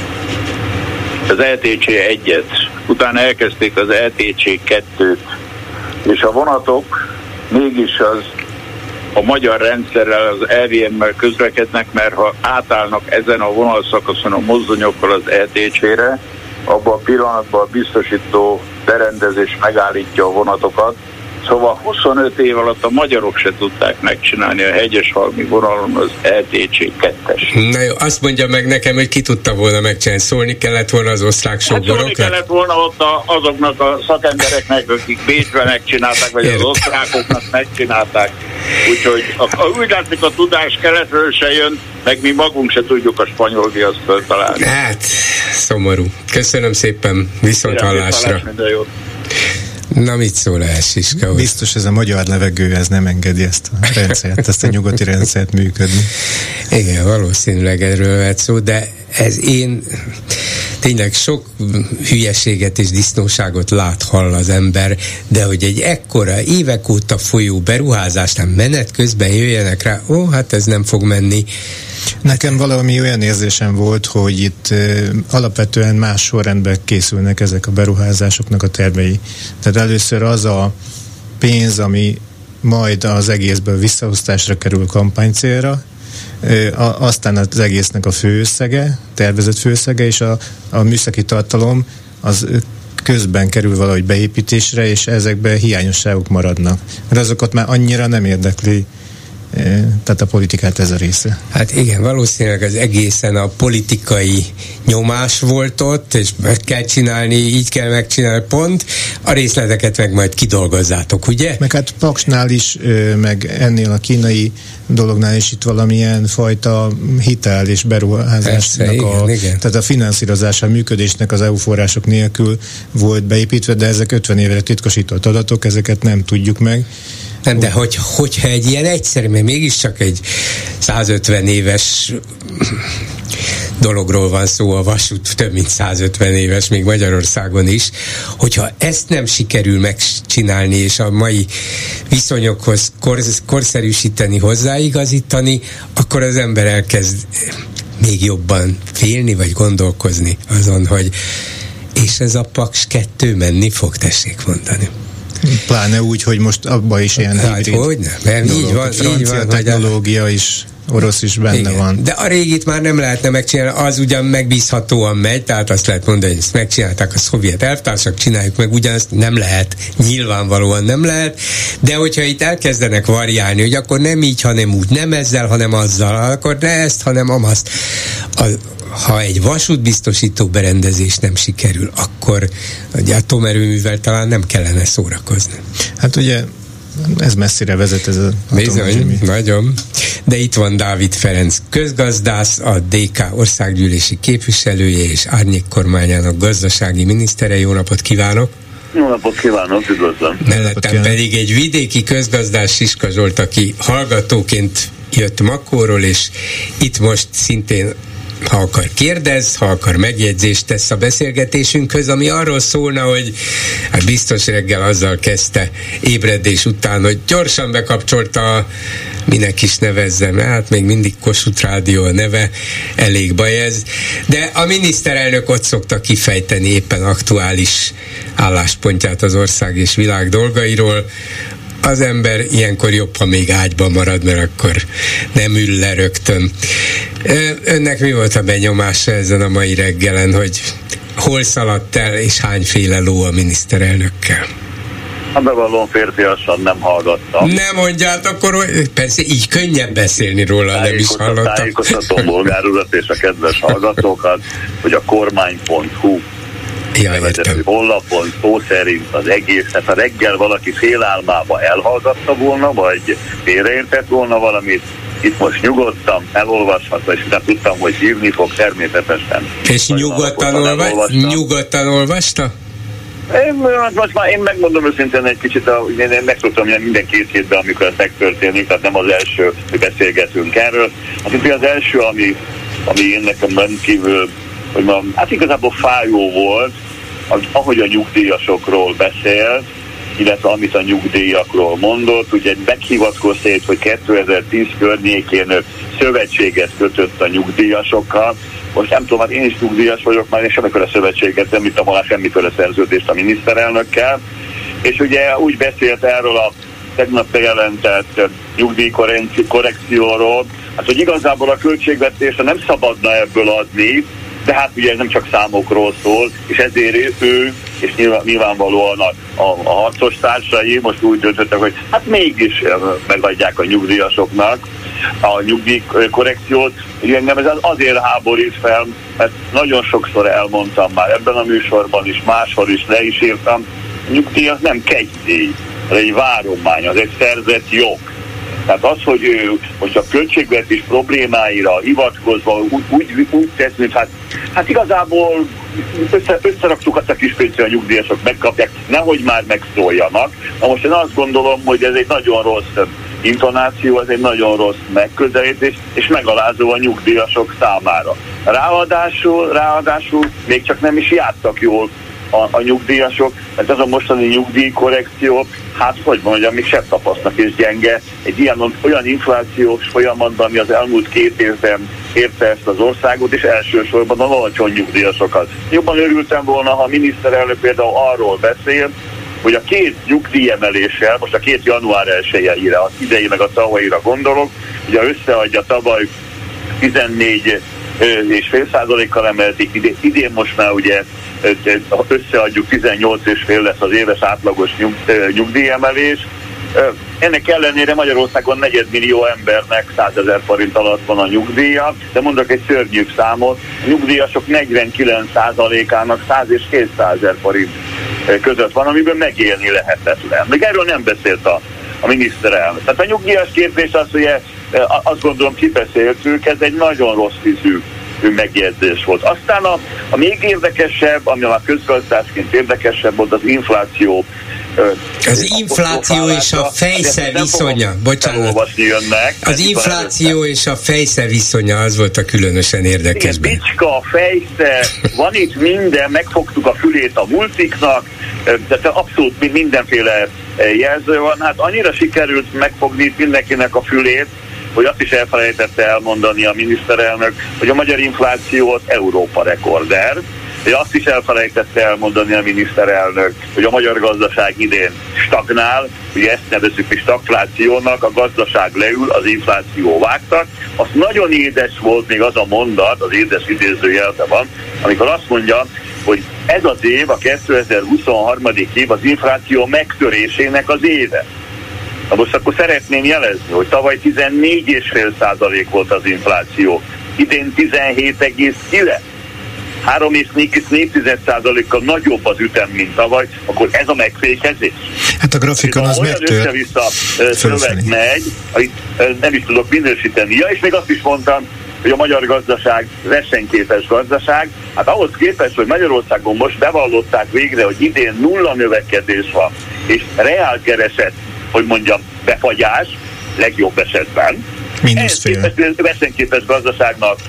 Az é té cé egyet, utána elkezdték az é té cé kettőt, és a vonatok mégis az a magyar rendszerrel, az é vé em-mel közlekednek, mert ha átállnak ezen a vonalszakaszon a mozdonyokkal az é té cére, abban a pillanatban a biztosító berendezés megállítja a vonatokat. Szóval huszonöt év alatt a magyarok se tudták megcsinálni a Hegyeshalmi vonalon az é té cé kettes. Na jó, azt mondja meg nekem, hogy ki tudta volna megcsinálni. Szólni kellett volna az osztrák sógoroknak? Hát szólni kellett volna ott a, azoknak a szakembereknek, akik Bécsben megcsinálták, vagy az osztrákoknak megcsinálták. Úgyhogy a, a, úgy látszik, a tudás keletről se jön, meg mi magunk se tudjuk a spanyol viaszt föltalálni. Hát, szomorú. Köszönöm szépen, viszont hallásra. Na, mit szól el, Siska? Biztos ez a magyar levegő, ez nem engedi ezt a rendszert, ezt a nyugati rendszert működni. Igen, valószínűleg erről lehet szó, de ez én tényleg sok hülyeséget és disznóságot lát, hall az ember, de hogy egy ekkora évek óta folyó beruházásnál menet közben jöjjenek rá, ó, hát ez nem fog menni. Nekem valami olyan érzésem volt, hogy itt uh, alapvetően más sorrendben készülnek ezek a beruházásoknak a tervei. Tehát először az a pénz, ami majd az egészből visszaosztásra kerül kampánycélra, uh, aztán az egésznek a főösszege, tervezett főösszege, és a, a műszaki tartalom az közben kerül valahogy beépítésre, és ezekben hiányosságok maradnak. Mert azokat már annyira nem érdekli, tehát a politikát ez a része. Hát igen, valószínűleg az egészen a politikai nyomás volt ott, és meg kell csinálni, így kell megcsinálni, pont. A részleteket meg majd kidolgozzátok, ugye? Meg hát Paksnál is, meg ennél a kínai dolognál is itt valamilyen fajta hitel és beruházásnak Persze, a, igen, igen. tehát a finanszírozása, a működésnek az é u források nélkül volt beépítve, de ezek ötven évre titkosított adatok, ezeket nem tudjuk meg. Nem, de hogy, hogyha egy ilyen egyszerű, mert mégiscsak egy százötven éves dologról van szó, a vasút több mint százötven éves, még Magyarországon is, hogyha ezt nem sikerül megcsinálni, és a mai viszonyokhoz kor- korszerűsíteni, hozzáigazítani, akkor az ember elkezd még jobban félni, vagy gondolkozni azon, hogy és ez a Paks kettő menni fog, tessék mondani. Pláne úgy, hogy most abban is ilyen hát, hibrid hogy nem, mert dolog, így van, francia így van, technológia a... is, orosz is benne igen, van. De a régit már nem lehetne megcsinálni, az ugyan megbízhatóan megy, tehát azt lehet mondani, hogy ezt megcsinálták a szovjet elvtársak, csináljuk meg, ugyanazt nem lehet, nyilvánvalóan nem lehet, de hogyha itt elkezdenek variálni, hogy akkor nem így, hanem úgy, nem ezzel, hanem azzal, akkor ne ezt, hanem amazt. A, ha egy vasútbiztosító berendezés nem sikerül, akkor ugye atomerőművel talán nem kellene szórakozni. Hát ugye ez messzire vezet ez a Bizony, nagyon. De itt van Dávid Ferenc közgazdász, a dé ká országgyűlési képviselője és Árnyék kormányának gazdasági minisztere. Jó napot kívánok! Jó napot kívánok, üdvözlöm! Mellettem pedig egy vidéki közgazdás, Siska Zsolt, aki hallgatóként jött Makóról, és itt most szintén ha akar kérdez, ha akar megjegyzést tesz a beszélgetésünkhöz, ami arról szólna, hogy hát biztos reggel azzal kezdte ébredés után, hogy gyorsan bekapcsolta a, minek is nevezzem, hát még mindig Kossuth Rádió a neve, elég baj ez, de a miniszterelnök ott szokta kifejteni éppen aktuális álláspontját az ország és világ dolgairól. Az ember ilyenkor jobb, ha még ágyban marad, mert akkor nem ül le rögtön. Önnek mi volt a benyomása ezen a mai reggelen, hogy hol szaladt el, és hányféle ló a miniszterelnökkel? Hát bevallom, férfiasan nem hallgattam. Nem mondját, akkor persze így könnyebb beszélni róla, nem is hallottam. Tájékoztatom Bolgár urat és a kedves hallgatókat, hogy a kormány pont hu nevezetű honlapon szó szerint az egészet, ha reggel valaki félálmába elhallgatta volna, vagy félreértett volna valamit, itt most nyugodtam, elolvashatva, és nem tudtam, hogy hívni fog természetesen. És nyugodtan, olva- nyugodtan olvasta? Én, most már én megmondom őszintén egy kicsit, a, én, én megszoktam minden két hétben, amikor ez megtörténik, tehát nem az első, hogy beszélgetünk erről. Hát az első, ami, ami én nekem rendkívül, hogy ma, hát igazából fájó volt, az, ahogy a nyugdíjasokról beszélt, illetve amit a nyugdíjakról mondott, ugye meghivatkoztat, hogy kétezer-tíz környékén szövetséget kötött a nyugdíjasokkal. Most nem tudom, hát én is nyugdíjas vagyok, már én semmiféle szövetséget nem vittem volna, semmiféle szerződést a miniszterelnökkel, és ugye úgy beszélt erről a tegnap bejelentett nyugdíjkorrekcióról, hát hogy igazából a költségvetésre nem szabadna ebből adni, de hát ugye ez nem csak számokról szól, és ezért ő, és nyilván, nyilvánvalóan a, a, a harcos társai most úgy döntöttek, hogy hát mégis megadják a nyugdíjasoknak a nyugdíjkorrekciót. Engem ez azért háborít fel, mert nagyon sokszor elmondtam már ebben a műsorban is, máshol is le is írtam, a nyugdíj az nem kegydíj, ez egy várommány, az egy szerzett jog. Tehát az, hogy ő most a költségvetés problémáira hivatkozva úgy, úgy, úgy tesz, mint hát, hát igazából össze, összeraktuk azt a kis pénzt, hogy a nyugdíjasok megkapják, nehogy már megszóljanak. Na most én azt gondolom, hogy ez egy nagyon rossz intonáció, ez egy nagyon rossz megközelítés, és megalázó a nyugdíjasok számára. Ráadásul, ráadásul még csak nem is jártak jól a, a nyugdíjasok, mert ez a mostani nyugdíjkorrekció, hát hogy mondjam, még sebb tapasznak és gyenge. Egy ilyen olyan inflációs folyamatban, ami az elmúlt két évben érte ezt az országot, és elsősorban a alacsony nyugdíjasokat. Jobban örültem volna, ha a miniszterelnök például arról beszél, hogy a két nyugdíjemeléssel, most a két január elsejére, az idei meg a tavalyira gondolok, ugye összeadja tavaly tizennégy és fél százalékkal emelték, idén, idén most már ugye összeadjuk tizennyolc és fél lesz az éves átlagos nyug, nyugdíjemelés. Ennek ellenére Magyarországon negyedmillió embernek százezer forint alatt van a nyugdíja, de mondok egy szörnyű számot, a nyugdíjasok negyvenkilenc százalékának száz és kétszázezer forint között van, amiből megélni lehetetlen. Még erről nem beszélt a, a miniszterelnök. Tehát a nyugdíjas kérdés az, hogy azt gondolom kibeszéltük, ez egy nagyon rossz ízű megjegyzés volt. Aztán a, a még érdekesebb, ami már közgazdászként érdekesebb volt, az infláció. Az infláció és a fejsze viszonya, bocsánat. Jönnek, az infláció és a fejsze viszonya, az volt a különösen érdekes. Igen, bicska, fejsze, van itt minden, megfogtuk a fülét a multiknak, tehát abszolút mindenféle jelző van. Hát annyira sikerült megfogni mindenkinek a fülét, hogy azt is elfelejtette elmondani a miniszterelnök, hogy a magyar infláció az Európa rekorder, hogy azt is elfelejtette elmondani a miniszterelnök, hogy a magyar gazdaság idén stagnál, ugye ezt nevezzük mi stagflációnak, a gazdaság leül, az infláció vágtak. Az nagyon édes volt még az a mondat, az édes idézőjelben van, amikor azt mondja, hogy ez az év, a kétezer-huszonhárom. év az infláció megtörésének az éve. Na most akkor szeretném jelezni, hogy tavaly tizennégy egész öt százalék volt az infláció, idén tizenhét egész kilenc. három egész négy százalékkal nagyobb az ütem, mint tavaly, akkor ez a megfékezés. Hát a grafikon az megtört. Olyan össze-vissza szöveg megy, amit nem is tudok minősíteni. Ja, és még azt is mondtam, hogy a magyar gazdaság versenyképes gazdaság. Hát ahhoz képest, hogy Magyarországon most bevallották végre, hogy idén nulla növekedés van, és reál kereset, hogy mondjam, befagyás, legjobb esetben. Mínusz fél. Versenyképes gazdaságnak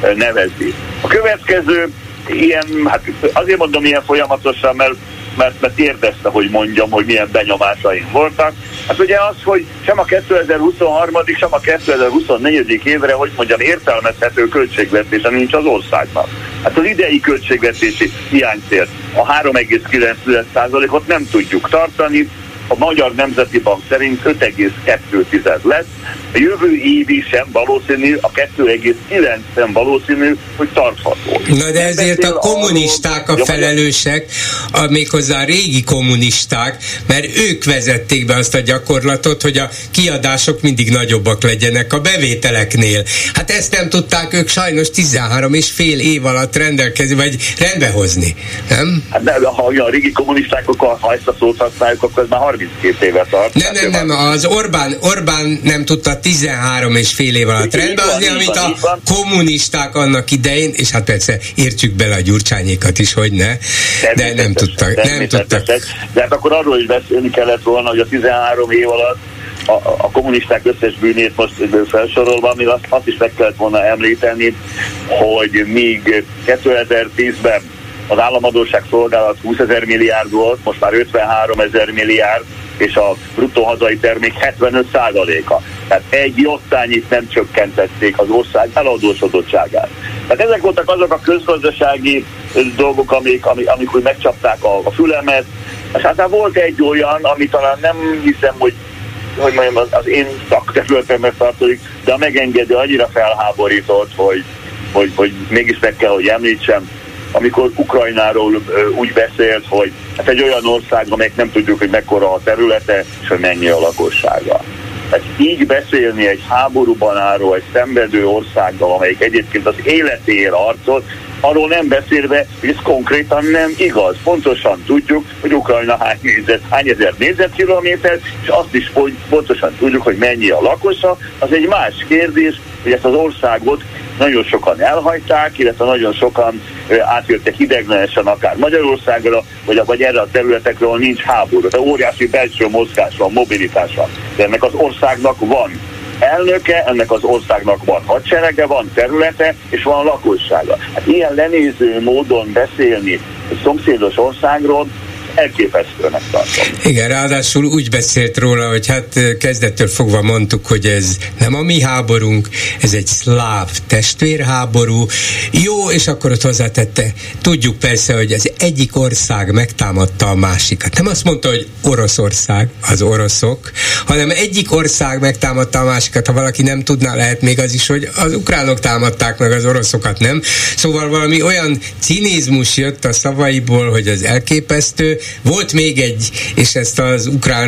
nevezi. A következő ilyen, hát azért mondom ilyen folyamatosan, mert Mert, mert érdezte, hogy mondjam, hogy milyen benyomásaim voltak. Hát ugye az, hogy sem a kétezer-huszonhárom, sem a kétezer-huszonnégy évre, hogy mondjam, értelmezhető költségvetése nincs az országnak. Hát az idei költségvetési hiánycél, a három egész kilenc százalékot nem tudjuk tartani, a Magyar Nemzeti Bank szerint öt egész kettő lesz, a jövő évi sem valószínű, a kettő egész kilenc sem valószínű, hogy tartható. Na de ezért a kommunisták a felelősek, a, méghozzá a régi kommunisták, mert ők vezették be azt a gyakorlatot, hogy a kiadások mindig nagyobbak legyenek a bevételeknél. Hát ezt nem tudták ők sajnos tizenhárom és fél év alatt rendelkezni, vagy rendbehozni, nem? Hát de, ha a régi kommunisták, akkor ha ezt a szót használjuk, akkor ez már harminckét éve tart. Nem, nem, nem, az Orbán, Orbán nem tudta tizenhárom és fél év alatt rendbehozni, amit a kommunisták annak idején, és hát persze értsük bele a Gyurcsányékat is, hogy ne, de nem tudtak. Nem tudtak. De hát akkor arról is beszélni kellett volna, hogy a tizenhárom év alatt a, a kommunisták összes bűnét most felsorolva, ami azt, azt is meg kellett volna említeni, hogy míg kétezer-tízben az államadósság szolgálat húszezer milliárd volt, most már ötvenhárom ezer milliárd, és a bruttó hazai termék hetvenöt százaléka. Tehát egy jottányit nem csökkentették az ország eladósodottságát. Tehát ezek voltak azok a közgazdasági dolgok, amik, amik, amik úgy megcsapták a, a fülemet, és hát volt egy olyan, ami talán nem hiszem, hogy hogy mondjam, az, az én szakterületemre tartozik, de a megengedő annyira felháborított, hogy, hogy, hogy mégis meg kell, hogy említsem, amikor Ukrajnáról ö, úgy beszélt, hogy hát egy olyan ország, amelyek nem tudjuk, hogy mekkora a területe, és hogy mennyi a lakossága. Tehát így beszélni egy háborúban álló, egy szenvedő országgal, amelyik egyébként az életéért harcolt, arról nem beszélve, hogy ez konkrétan nem igaz. Pontosan tudjuk, hogy Ukrajna hány, nézet, hány ezer négyzetkilométer, és azt is hogy pontosan tudjuk, hogy mennyi a lakosa. Az egy más kérdés, hogy ezt az országot nagyon sokan elhagyták, illetve nagyon sokan átjöttek ideiglenesen akár Magyarországra, vagy, vagy erre a területekre, ahol nincs háború. De óriási belső mozgás van, mobilitás van. De ennek az országnak van elnöke, ennek az országnak van hadserege, van területe, és van lakossága. Hát ilyen lenéző módon beszélni egy szomszédos országról elképesztőnek tartom. Igen, ráadásul úgy beszélt róla, hogy hát kezdettől fogva mondtuk, hogy ez nem a mi háborunk, ez egy szláv testvérháború. Jó, és akkor ott hozzátette, tudjuk persze, hogy az egyik ország megtámadta a másikat. Nem azt mondta, hogy Oroszország, az oroszok, hanem egyik ország megtámadta a másikat. Ha valaki nem tudná, lehet még az is, hogy az ukránok támadták meg az oroszokat, nem? Szóval valami olyan cinizmus jött a szavaiból, hogy az elképesztő. Volt még egy, és ezt az ukrán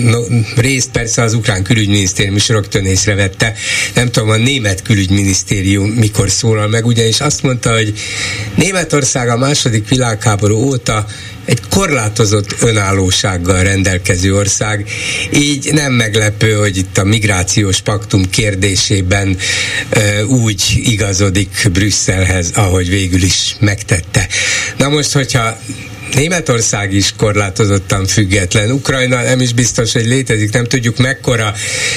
részt persze az ukrán külügyminisztérium is rögtön észrevette, nem tudom, a német külügyminisztérium mikor szólal meg, ugyanis azt mondta, hogy Németország a második világháború óta egy korlátozott önállósággal rendelkező ország, így nem meglepő, hogy itt a migrációs paktum kérdésében e, úgy igazodik Brüsszelhez, ahogy végül is megtette. Na most, hogyha Németország is korlátozottan független. Ukrajna nem is biztos, hogy létezik, nem tudjuk mekkora,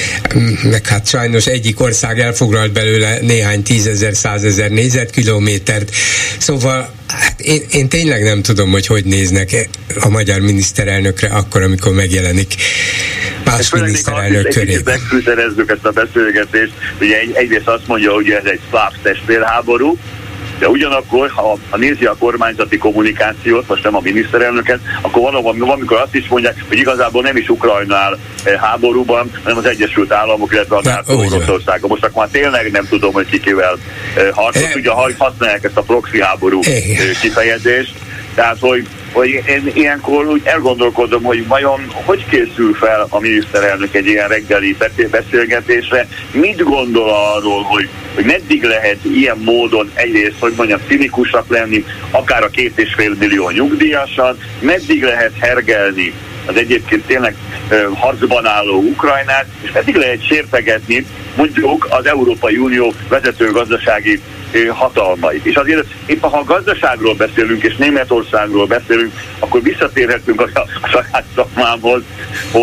meg hát sajnos egyik ország elfoglalt belőle néhány tízezer, százezer négyzetkilométert. Szóval hát én, én tényleg nem tudom, hogy hogy néznek a magyar miniszterelnökre akkor, amikor megjelenik más miniszterelnök körében. Megfűszerezzük ezt a beszélgetést. Ugye egy, egyrészt azt mondja, hogy ez egy szláv testvérháború, de ugyanakkor, ha, ha nézi a kormányzati kommunikációt, most nem a miniszterelnöket, akkor valóban, valamikor azt is mondják, hogy igazából nem is Ukrajna áll háborúban, hanem az Egyesült Államok, illetve a NATO Oroszországa. Most akkor már tényleg nem tudom, hogy kikivel harcol. Ugye használják ezt a proxy háború kifejezést. Tehát, hogy, hogy én ilyenkor úgy elgondolkodom, hogy vajon hogy készül fel a miniszterelnök egy ilyen reggeli beszélgetésre, mit gondol arról, hogy, hogy meddig lehet ilyen módon egyrészt, hogy mondjam, cinikusak lenni, akár a két és fél millió nyugdíjasan, meddig lehet hergelni az egyébként tényleg ö, harcban álló Ukrajnát, és meddig lehet sértegetni mondjuk az Európai Unió vezető gazdasági hatalmait. És azért éppen ha a gazdaságról beszélünk, és Németországról beszélünk, akkor visszatérhetünk a, a saját szakmámhoz, hogy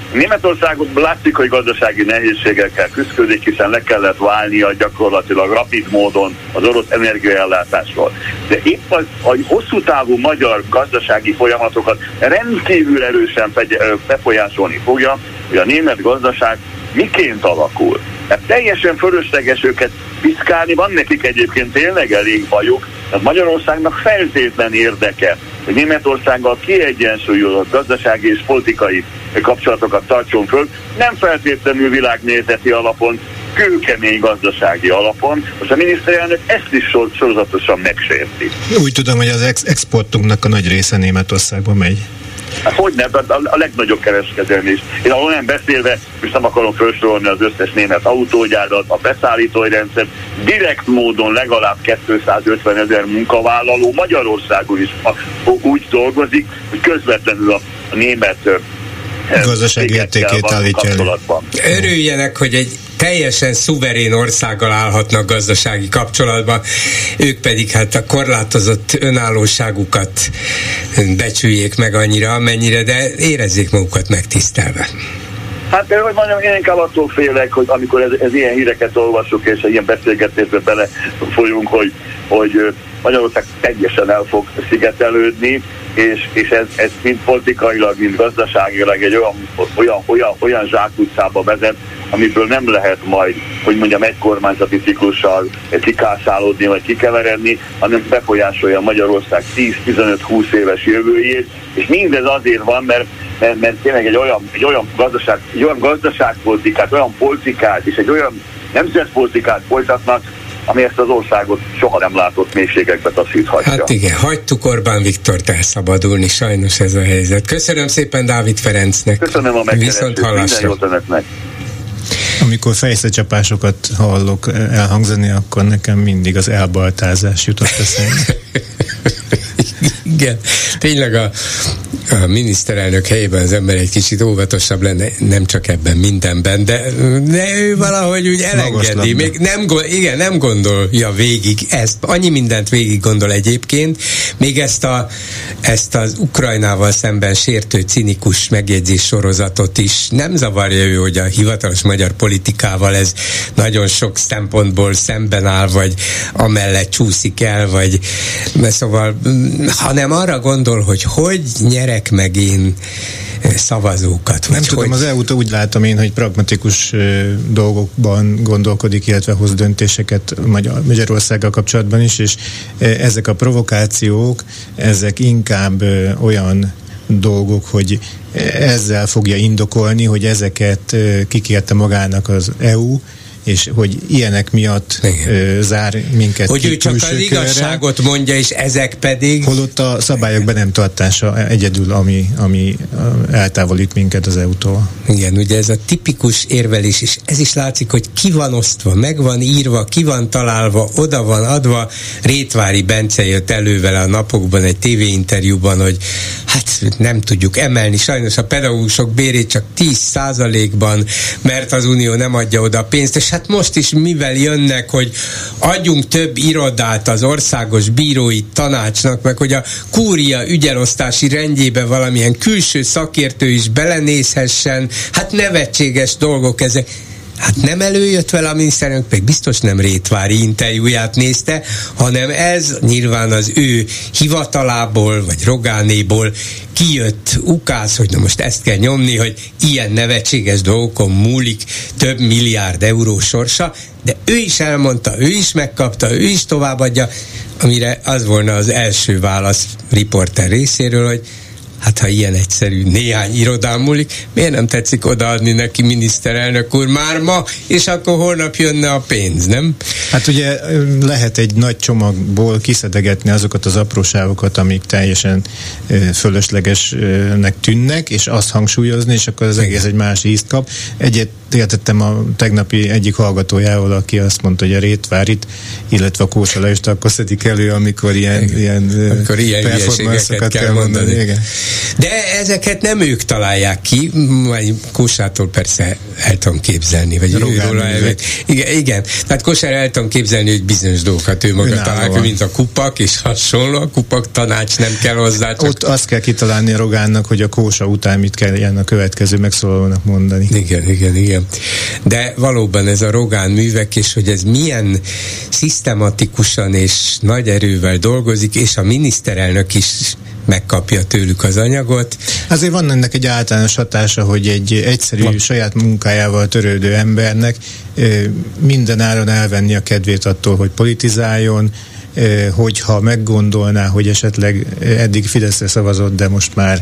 Németországot látszik, hogy gazdasági nehézségekkel küszködik, hiszen le kellett válnia gyakorlatilag rapid módon az orosz energiaellátásról. De épp az, a hosszú távú magyar gazdasági folyamatokat rendkívül erősen befolyásolni fogja, hogy a német gazdaság miként alakul. Tehát teljesen fölösleges őket piszkálni, van nekik egyébként tényleg elég bajuk, tehát Magyarországnak feltétlen érdeke, hogy Németországgal kiegyensúlyozott gazdasági és politikai kapcsolatokat tartson föl, nem feltétlenül világnézeti alapon, kőkemény gazdasági alapon. Most a miniszterelnök ezt is sor- sorozatosan megsérti. Úgy tudom, hogy az ex- exportunknak a nagy része Németországba megy. Hát hogy nem, a, a legnagyobb kereskedelmi is. Én ahol nem beszélve, most nem akarom felsorolni az összes német autógyárat, a beszállítói rendszer, direkt módon legalább kétszázötven ezer munkavállaló Magyarországon is úgy dolgozik, hogy közvetlenül a, a német gazdasági értékét állítja elő. Örüljenek, hogy egy teljesen szuverén országgal állhatnak gazdasági kapcsolatban, ők pedig hát a korlátozott önállóságukat becsüljék meg annyira, amennyire, de érezzék magukat megtisztelve. Hát, hogy mondjam, én inkább attól félek, hogy amikor ez, ez ilyen híreket olvasok, és ilyen beszélgetésbe bele folyunk, hogy, hogy Magyarország teljesen el fog szigetelődni, és, és ez, ez mind politikailag, mind gazdaságilag egy olyan, olyan, olyan, olyan zsákutcába vezet, amiből nem lehet majd, hogy mondjam, egy kormányzati ciklussal kikászálódni, vagy kikeveredni, hanem befolyásolja Magyarország tíz-tizenöt-húsz éves jövőjét, és mindez azért van, mert, mert, mert tényleg egy olyan, egy olyan, gazdaság, egy olyan gazdaságpolitikát, olyan politikát, és egy olyan nemzetpolitikát folytatnak, ami ezt az országot soha nem látott mélységekbe taszíthatja. Hát igen, hagytuk Orbán Viktort elszabadulni, sajnos ez a helyzet. Köszönöm szépen Dávid Ferencnek. Köszönöm a megkeresést, minden jót önöknek. Amikor fejszecsapásokat hallok elhangzani, akkor nekem mindig az elbaltázás jutott eszembe. Igen, tényleg a, a miniszterelnök helyében az ember egy kicsit óvatosabb lenne, nem csak ebben, mindenben, de, de ő valahogy úgy elengedi, még nem, igen, nem gondolja végig ezt, annyi mindent végig gondol egyébként, még ezt, a, ezt az Ukrajnával szemben sértő, cinikus megjegyzés sorozatot is nem zavarja ő, hogy a hivatalos magyar politikával ez nagyon sok szempontból szemben áll, vagy amellett csúszik el, vagy szóval, hanem arra gondol, hogy hogy nyerek meg én szavazókat. Nem tudom, hogy... az é u-t úgy látom én, hogy pragmatikus dolgokban gondolkodik, illetve hoz döntéseket Magyar, Magyarországgal kapcsolatban is, és ezek a provokációk, ezek inkább olyan dolgok, hogy ezzel fogja indokolni, hogy ezeket kikérte magának az é u, és hogy ilyenek miatt ö, zár minket hogy ki ő csak az körre, igazságot mondja, és ezek pedig... Holott a szabályok be nem tartása egyedül, ami, ami eltávolít minket az é u-tól. Igen, ugye ez a tipikus érvelés, és ez is látszik, hogy ki van osztva, meg van írva, ki van találva, oda van adva. Rétvári Bence jött elő vele a napokban egy tévéinterjúban, hogy hát nem tudjuk emelni, sajnos a pedagógusok bérét csak tíz százalékban, mert az Unió nem adja oda a pénzt, és hát most is mivel jönnek, hogy adjunk több irodát az országos bírói tanácsnak, meg hogy a kúria ügyelosztási rendjébe valamilyen külső szakértő is belenézhessen, hát nevetséges dolgok ezek. Hát nem előjött vele a miniszterelnök, pedig biztos nem Rétvári interjúját nézte, hanem ez nyilván az ő hivatalából, vagy Rogánéból kijött ukáz, hogy na most ezt kell nyomni, hogy ilyen nevetséges dolgokon múlik több milliárd euró sorsa, de ő is elmondta, ő is megkapta, ő is továbbadja, amire az volna az első válasz riporter részéről, hogy hát ha ilyen egyszerű, néhány irodán múlik, miért nem tetszik odaadni neki, miniszterelnök úr, már ma, és akkor holnap jönne a pénz, nem? Hát ugye lehet egy nagy csomagból kiszedegetni azokat az apróságokat, amik teljesen fölöslegesnek tűnnek, és azt hangsúlyozni, és akkor az egész egy más ízt kap. Egyet értettem a tegnapi egyik hallgatójával, aki azt mondta, hogy a Rétvárit, illetve a Kósa Lajost akkor szedik elő, amikor ilyen, ilyen, ilyen performance-okat kell mondani. mondani. Igen. De ezeket nem ők találják ki, majd Kósától persze el tudom képzelni, vagy róla igen, igen, tehát Kósára el tudom képzelni, hogy bizonyos dolgokat ő maga találja, mint a kupak, és hasonló, a kupak tanács nem kell hozzá. Csak... Ott azt kell kitalálni a Rogánnak, hogy a Kósa után mit kell ilyen a következő megszólalónak mondani. Igen, igen, igen. De valóban ez a Rogán művek, és hogy ez milyen szisztematikusan és nagy erővel dolgozik, és a miniszterelnök is megkapja tőlük az anyagot. Azért van ennek egy általános hatása, hogy egy egyszerű van. saját munkájával törődő embernek minden áron elvenni a kedvét attól, hogy politizáljon, hogyha meggondolná, hogy esetleg eddig Fideszre szavazott, de most már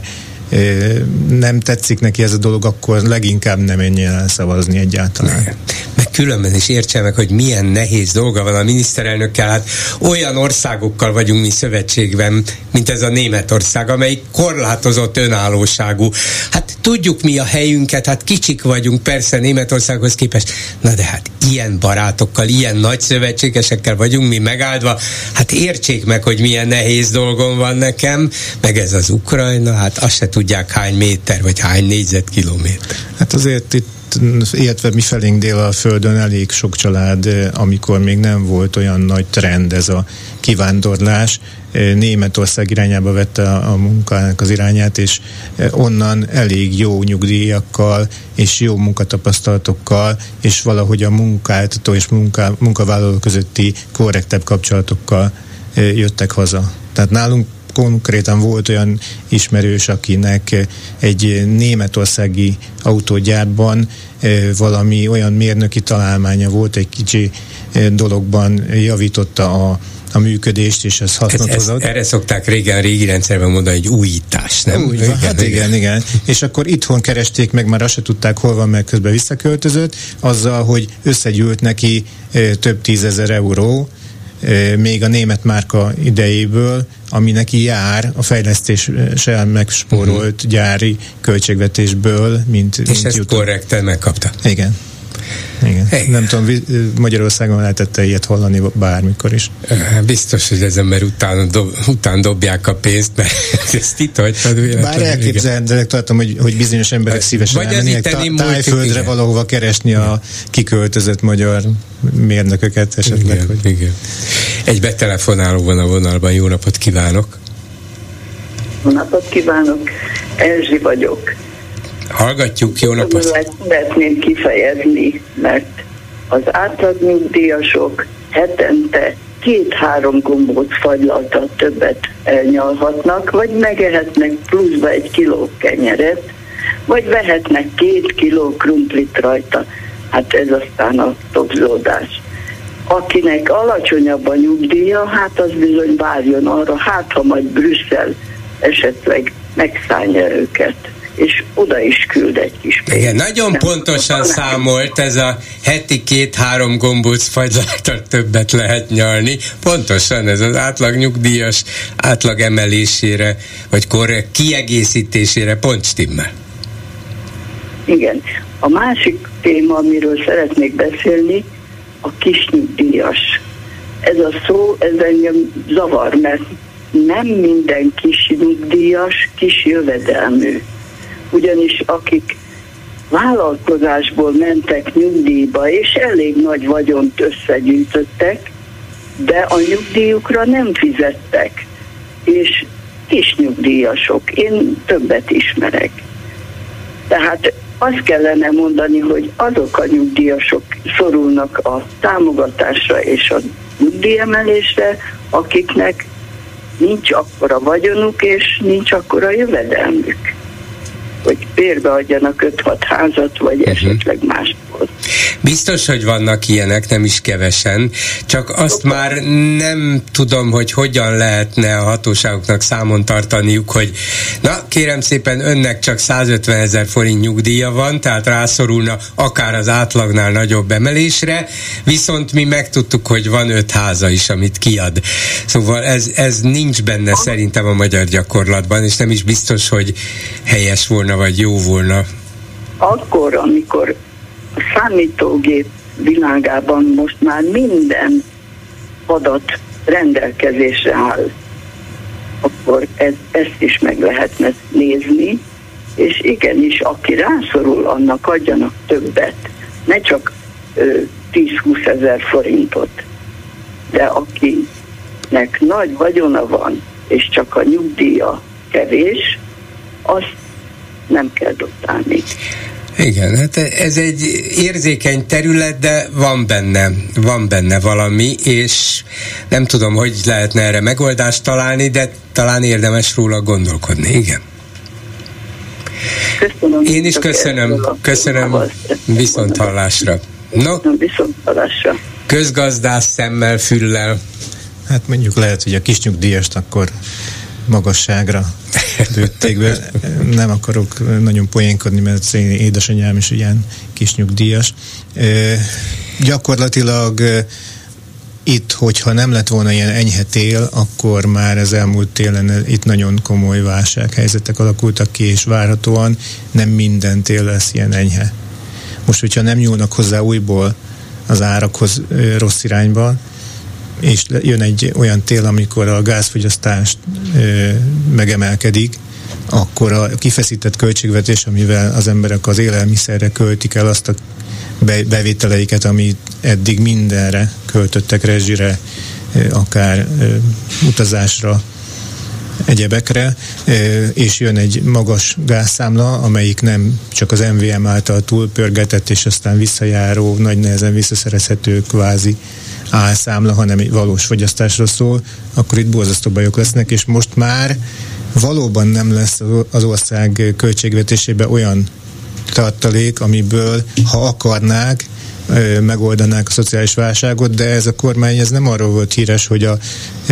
nem tetszik neki ez a dolog, akkor leginkább nem menjen el szavazni egyáltalán. Ne. Meg különben is értse meg, hogy milyen nehéz dolga van a miniszterelnökkel. Hát olyan országokkal vagyunk mi szövetségben, mint ez a Németország, amelyik korlátozott önállóságú. Hát tudjuk mi a helyünket, hát kicsik vagyunk persze Németországhoz képest, na de hát ilyen barátokkal, ilyen nagy szövetségesekkel vagyunk mi megáldva, hát értsék meg, hogy milyen nehéz dolgom van nekem, meg ez az Ukrajna, hát azt se tudják hány méter, vagy hány négyzetkilométer. Hát azért itt, illetve mi felénk dél a földön elég sok család, amikor még nem volt olyan nagy trend ez a kivándorlás, Németország irányába vette a, a munkának az irányát, és onnan elég jó nyugdíjakkal és jó munkatapasztalatokkal, és valahogy a munkáltató és munká, munkavállaló közötti korrektebb kapcsolatokkal jöttek haza. Tehát nálunk konkrétan volt olyan ismerős, akinek egy németországi autógyárban valami olyan mérnöki találmánya volt, egy kicsi dologban javította a a működést, és ez hasznot hozott. Erre szokták régen, régi rendszerben mondani, hogy újítás, nem? Úgy, igen, hát igen, igen, igen. És akkor itthon keresték meg, már azt se tudták, hol van, meg közben visszaköltözött, azzal, hogy összegyűlt neki e, több tízezer euró, e, még a német márka idejéből, ami neki jár a fejlesztéssel megspórolt uh-huh. gyári költségvetésből, mint... És mint ezt jutott. korrekten megkapta. Igen. Igen. Hey. Nem tudom, Magyarországon lehetett ilyet hallani bármikor is. Biztos, hogy az ember után, dob, után dobják a pénzt, mert ezt itt hagytad. Bár elképzelhetőleg tartom, hogy, hogy bizonyos emberek szívesen elmennének Tájföldre valahova keresni a kiköltözött magyar mérnököket esetleg. Igen, hogy... igen. Egy betelefonáló van a vonalban, jó napot kívánok! Jó napot kívánok! Erzsi vagyok. Hallgatjuk, jó napot! Szeretném kifejezni, mert az átlagnyugdíjasok hetente két-három gombóc fagylaltat többet elnyalhatnak, vagy megehetnek pluszba egy kiló kenyeret, vagy vehetnek két kiló krumplit rajta. Hát ez aztán a topzódás. Akinek alacsonyabb a nyugdíja, hát az bizony várjon arra, hát ha majd Brüsszel esetleg megszállja őket, és oda is küld egy kis pénzt. Igen, nagyon nem pontosan tudom, számolt, ez a heti két-három gombóc fagylaltal többet lehet nyalni. Pontosan ez az átlag nyugdíjas átlag emelésére, vagy korrekt kiegészítésére pont stimmel. Igen. A másik téma, amiről szeretnék beszélni, a kisnyugdíjas. Ez a szó, ez engem zavar, mert nem minden kisnyugdíjas kis jövedelmű. Ugyanis akik vállalkozásból mentek nyugdíjba, és elég nagy vagyont összegyűjtöttek, de a nyugdíjukra nem fizettek, és kis nyugdíjasok. Én többet ismerek. Tehát azt kellene mondani, hogy azok a nyugdíjasok szorulnak a támogatásra és a nyugdíjemelésre, akiknek nincs akkora vagyonuk, és nincs akkora jövedelmük, hogy bérbeadjanak öt-hat házat, vagy uh-huh. esetleg máshol. Biztos, hogy vannak ilyenek, nem is kevesen, csak azt Sokan. már nem tudom, hogy hogyan lehetne a hatóságoknak számon tartaniuk, hogy na, kérem szépen, önnek csak százötven ezer forint nyugdíja van, tehát rászorulna akár az átlagnál nagyobb emelésre, viszont mi megtudtuk, hogy van öt háza is, amit kiad. Szóval ez, ez nincs benne ah. szerintem a magyar gyakorlatban, és nem is biztos, hogy helyes volna, vagy jó volna. Akkor, amikor a számítógép világában most már minden adat rendelkezésre áll, akkor akkor ez, ezt is meg lehetne nézni, és igenis, aki rászorul, annak adjanak többet. Ne csak tíz-húsz ezer forintot, de akinek nagy vagyona van, és csak a nyugdíja kevés, azt nem kell dotálni. Igen, hát ez egy érzékeny terület, de van benne, van benne valami, és nem tudom, hogy lehetne erre megoldást találni, de talán érdemes róla gondolkodni, igen. Köszönöm. Én is köszönöm, köszönöm, viszont hallásra. No, viszont hallásra. Közgazdász szemmel, füllel. Hát mondjuk lehet, hogy a kisnyugdíjast akkor magasságra lőtték be. Nem akarok nagyon poénkodni, mert én édesanyám is ilyen kisnyugdíjas. E, gyakorlatilag e, itt, hogyha nem lett volna ilyen enyhe tél, akkor már az elmúlt télen itt nagyon komoly válsághelyzetek alakultak ki, és várhatóan nem minden tél lesz ilyen enyhe. Most, hogyha nem nyúlnak hozzá újból az árakhoz e, rossz irányba, és jön egy olyan tél, amikor a gázfogyasztás ö, megemelkedik, akkor a kifeszített költségvetés, amivel az emberek az élelmiszerre költik el azt a bevételeiket, amit eddig mindenre költöttek, rezsire, ö, akár ö, utazásra, egyebekre, és jön egy magas gázszámla, amelyik nem csak az em vé em által túlpörgetett, és aztán visszajáró, nagy nehezen visszaszerezhető kvázi álszámla, hanem egy valós fogyasztásról szól, akkor itt borzasztó bajok lesznek, és most már valóban nem lesz az ország költségvetésében olyan tartalék, amiből, ha akarnák, megoldanák a szociális válságot, de ez a kormány ez nem arról volt híres, hogy a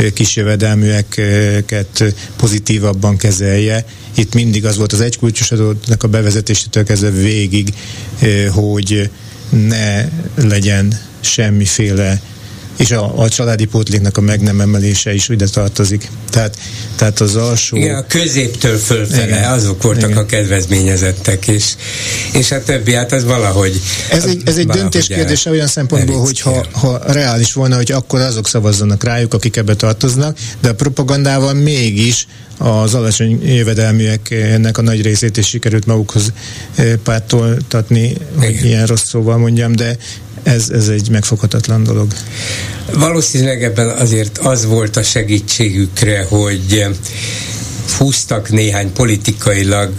kisjövedelműeket pozitívabban kezelje. Itt mindig az volt az egykulcsos adónak a bevezetésétől kezdve végig, hogy ne legyen semmiféle, és a, a családi pótléknak a meg nem emelése is ide tartozik. Tehát, tehát az alsó... Igen, a középtől fölfele, igen, azok voltak, igen, a kedvezményezettek, és, és a többi, hát ez valahogy... Ez egy, ez egy döntéskérdése olyan szempontból, hogy ha, ha reális volna, hogy akkor azok szavazzanak rájuk, akik ebbe tartoznak, de a propagandával mégis az alacsony jövedelműeknek a nagy részét is sikerült magukhoz pártoltatni, hogy ilyen rossz szóval mondjam, de Ez, ez egy megfoghatatlan dolog. Valószínűleg ebben azért az volt a segítségükre, hogy húztak néhány politikailag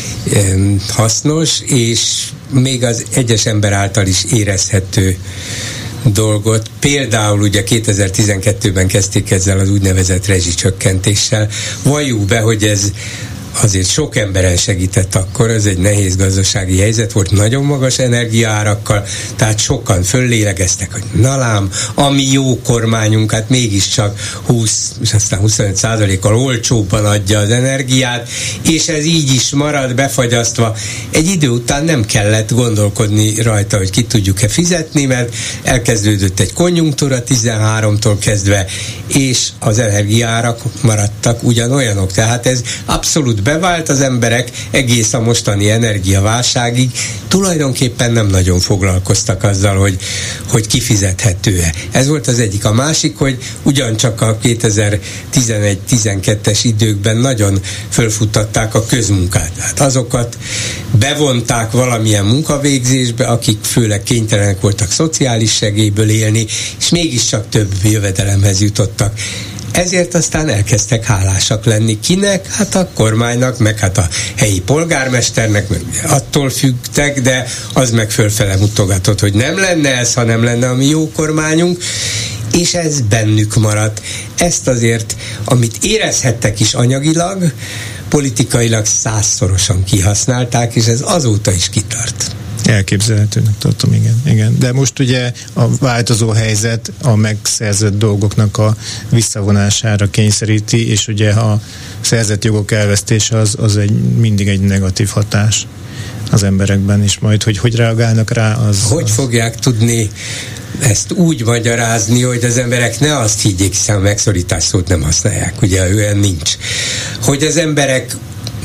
hasznos, és még az egyes ember által is érezhető dolgot. Például ugye kétezer-tizenkettőben kezdték ezzel az úgynevezett rezsicsökkentéssel. Valljuk be, hogy ez azért sok emberen segített akkor, ez egy nehéz gazdasági helyzet volt, nagyon magas energiaárakkal, tehát sokan föllélegeztek, hogy na lám, ami jó kormányunk, hát mégiscsak húsz, és aztán huszonöt százalékkal olcsóbban adja az energiát, és ez így is marad befagyasztva. Egy idő után nem kellett gondolkodni rajta, hogy ki tudjuk-e fizetni, mert elkezdődött egy konjunktúra tizenháromtól kezdve, és az energiaárak maradtak ugyanolyanok. Tehát ez abszolút bevált, az emberek egész a mostani energiaválságig tulajdonképpen nem nagyon foglalkoztak azzal, hogy, hogy kifizethető-e. Ez volt az egyik. A másik, hogy ugyancsak a kétezer-tizenegy-tizenkettes időkben nagyon fölfuttatták a közmunkát. Hát azokat bevonták valamilyen munkavégzésbe, akik főleg kénytelenek voltak szociális segélyből élni, és mégiscsak több jövedelemhez jutottak. Ezért aztán elkezdtek hálásak lenni. Kinek? Hát a kormánynak, meg hát a helyi polgármesternek, meg attól függtek, de az meg fölfele mutogatott, hogy nem lenne ez, ha nem lenne a mi jó kormányunk, és ez bennük maradt. Ezt azért, amit érezhettek is anyagilag, politikailag százszorosan kihasználták, és ez azóta is kitart. Elképzelhetőnek tartom, igen, igen. De most ugye a változó helyzet a megszerzett dolgoknak a visszavonására kényszeríti, és ugye a szerzett jogok elvesztése az, az egy, mindig egy negatív hatás az emberekben, és majd, hogy hogy reagálnak rá, az... Hogy az... fogják tudni ezt úgy magyarázni, hogy az emberek ne azt higgyék, hiszen a megszorítás szót nem használják, ugye olyan nincs. Hogy az emberek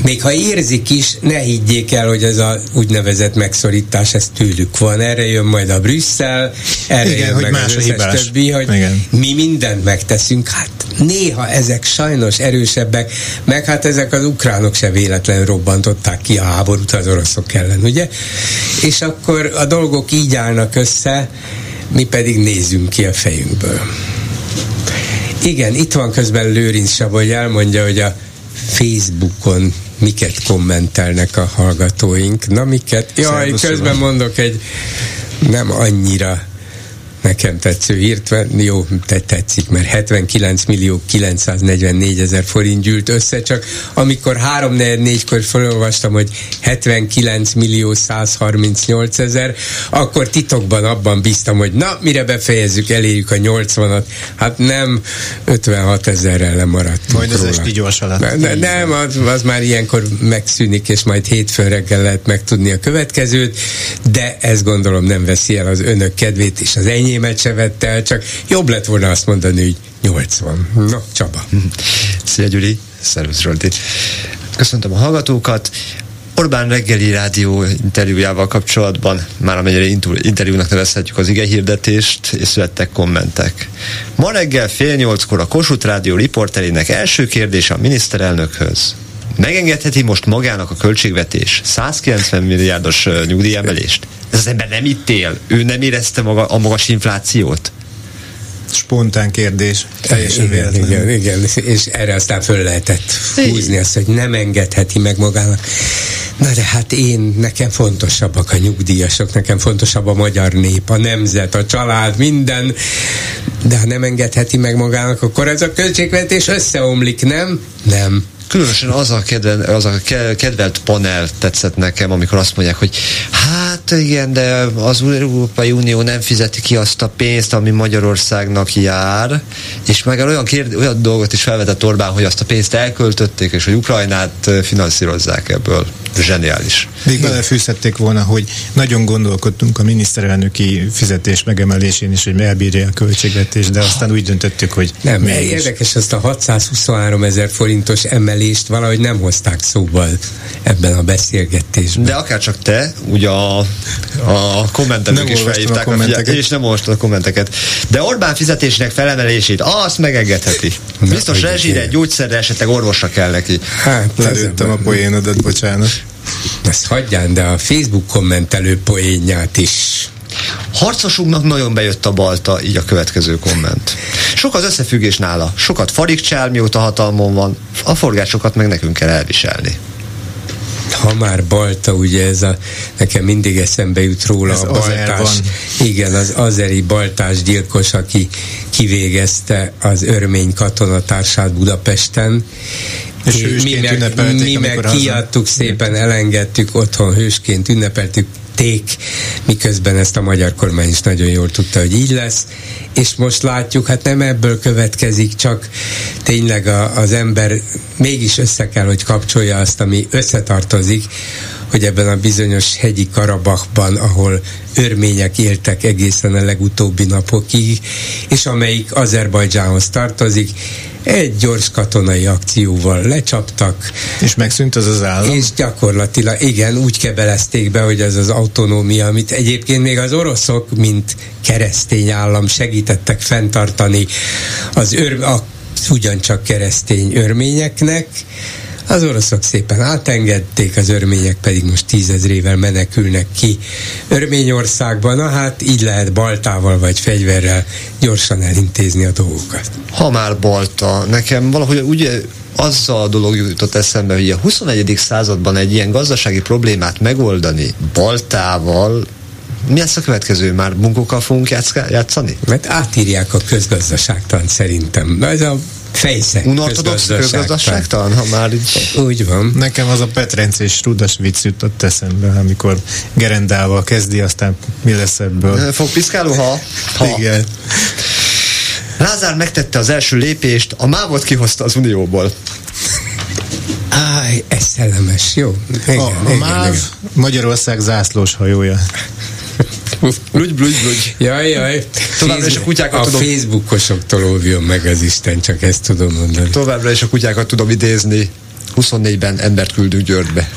még ha érzik is, ne higgyék el, hogy ez a úgynevezett megszorítás, ez tőlük van. Erre jön majd a Brüsszel, erre igen, jön hogy meg más az összes többi, hogy igen. mi mindent megteszünk. Hát néha ezek sajnos erősebbek, meg hát ezek az ukránok se véletlenül robbantották ki a háborút az oroszok ellen, ugye? És akkor a dolgok így állnak össze, mi pedig nézzünk ki a fejünkből. Igen, itt van közben Lőrinc Saba, hogy elmondja, hogy a Facebookon miket kommentelnek a hallgatóink. Na miket? Jaj, Szervusz, közben mondok egy nem annyira nekem tetsző hírt, jó, te tetszik, mert hetvenkilenc millió kilencszáznegyvennégy ezer forint gyűlt össze, csak amikor három négykor felolvastam, hogy hetvenkilenc millió százharmincnyolc ezer, akkor titokban abban bíztam, hogy na, mire befejezzük, elérjük a nyolcvanat, hát nem, ötvenhat ezerrel lemaradtunk majd az esti gyors alatt. Ne, ne, nem, az, az már ilyenkor megszűnik, és majd hétfőn reggel lehet megtudni a következőt, de ezt gondolom nem veszi el az önök kedvét, és az enyém se vette el, csak jobb lett volna azt mondani, hogy nyolcvan. Na, Csaba. Szia, Gyuri. Szervusz, Zsolti. Köszöntöm a hallgatókat. Orbán reggeli rádió interjújával kapcsolatban, már amennyire interjúnak nevezhetjük az igehirdetést, és születtek kommentek. Ma reggel fél nyolckor a Kossuth Rádió riporterének első kérdése a miniszterelnökhöz. Megengedheti most magának a költségvetés százkilencven milliárdos nyugdíjemelést? Ez az ember nem itt él? Ő nem érezte maga, a magas inflációt? Spontán kérdés. Teljesen igen, igen, igen, és erre aztán föl lehetett húzni azt, hogy nem engedheti meg magának. Na de hát én, nekem fontosabbak a nyugdíjasok, nekem fontosabb a magyar nép, a nemzet, a család, minden, de ha nem engedheti meg magának, akkor ez a költségvetés összeomlik, nem? Nem. Különösen az a, kedven, az a kedvelt panel tetszett nekem, amikor azt mondják, hogy hát igen, de az Európai Unió nem fizeti ki azt a pénzt, ami Magyarországnak jár, és meg olyan, kérd, olyan dolgot is felvetett Orbán, hogy azt a pénzt elköltötték, és hogy Ukrajnát finanszírozzák ebből. Zseniális. Még belefűzhették volna, hogy nagyon gondolkodtunk a miniszterelnöki fizetés megemelésén is, hogy elbírja a költségvetés, de aztán úgy döntöttük, hogy nem. Nem, érdekes, azt a hatszázhuszonhárom ezer forintos emelést valahogy nem hozták szóval ebben a beszélgetésben. De akárcsak te, ugye a, a kommentelők is felhívták, a a és nem olvastad a kommenteket. De Orbán fizetésének felemelését, azt megengedheti. Biztos rezsire, gyógyszerre, esetleg orvosra kell neki. Hát, lelőttem a poénodat, bocsánat. Ezt hagyján, de a Facebook kommentelő poénját is. Harcosunknak nagyon bejött a balta, így a következő komment. Sok az összefüggés nála. Sokat farigcsál, mióta hatalmon van, a forgásokat meg nekünk kell elviselni. Ha már balta, ugye ez a, nekem mindig eszembe jut róla ez a baltás, igen, az azeri baltás gyilkos, aki kivégezte az örmény katonatársát Budapesten, és hősként mi ünnepelték, mi meg kiadtuk szépen, elengedtük otthon, hősként ünnepeltük, ték, miközben ezt a magyar kormány is nagyon jól tudta, hogy így lesz, és most látjuk, hát nem ebből következik, csak tényleg a, az ember mégis össze kell, hogy kapcsolja azt, ami összetartozik, hogy ebben a bizonyos hegyi Karabachban, ahol örmények éltek egészen a legutóbbi napokig, és amelyik Azerbajdzsánhoz tartozik, egy gyors katonai akcióval lecsaptak. És megszűnt az az állam? És gyakorlatilag, igen, úgy kebelezték be, hogy ez az autonómia, amit egyébként még az oroszok, mint keresztény állam segítettek fenntartani az ör, a, ugyancsak keresztény örményeknek, az oroszok szépen átengedték, az örmények pedig most tízezrével menekülnek ki Örményországban. Na hát így lehet baltával vagy fegyverrel gyorsan elintézni a dolgokat. Ha már balta, nekem valahogy ugye az a dolog jutott eszembe, hogy a huszonegyedik században egy ilyen gazdasági problémát megoldani baltával, mi lesz a következő? Már munkokkal fogunk játszani? Mert átírják a közgazdaságtan szerintem. Na ez a fejsze. Unortodox közgazdaságtalan, ha már így. Úgy van. Nekem az a Petrenc és Rudas vicc jutott eszembe, amikor gerendával kezdi, aztán mi lesz ebből? Fog piszkáló, ha? ha. Igen. Lázár megtette az első lépést, a mávot kihozta az Unióból. Áj, ez szellemes, jó. Igen, a, a igen, MÁV igen. Magyarország zászlós hajója. Blügy, blügy, blügy. Jaj, jaj. Továbbra is a kutyákat a tudom... Facebookosoktól óvjon meg az Isten, csak ezt tudom mondani. Továbbra is a kutyákat tudom idézni. huszonnégyben embert küldünk Győrbe.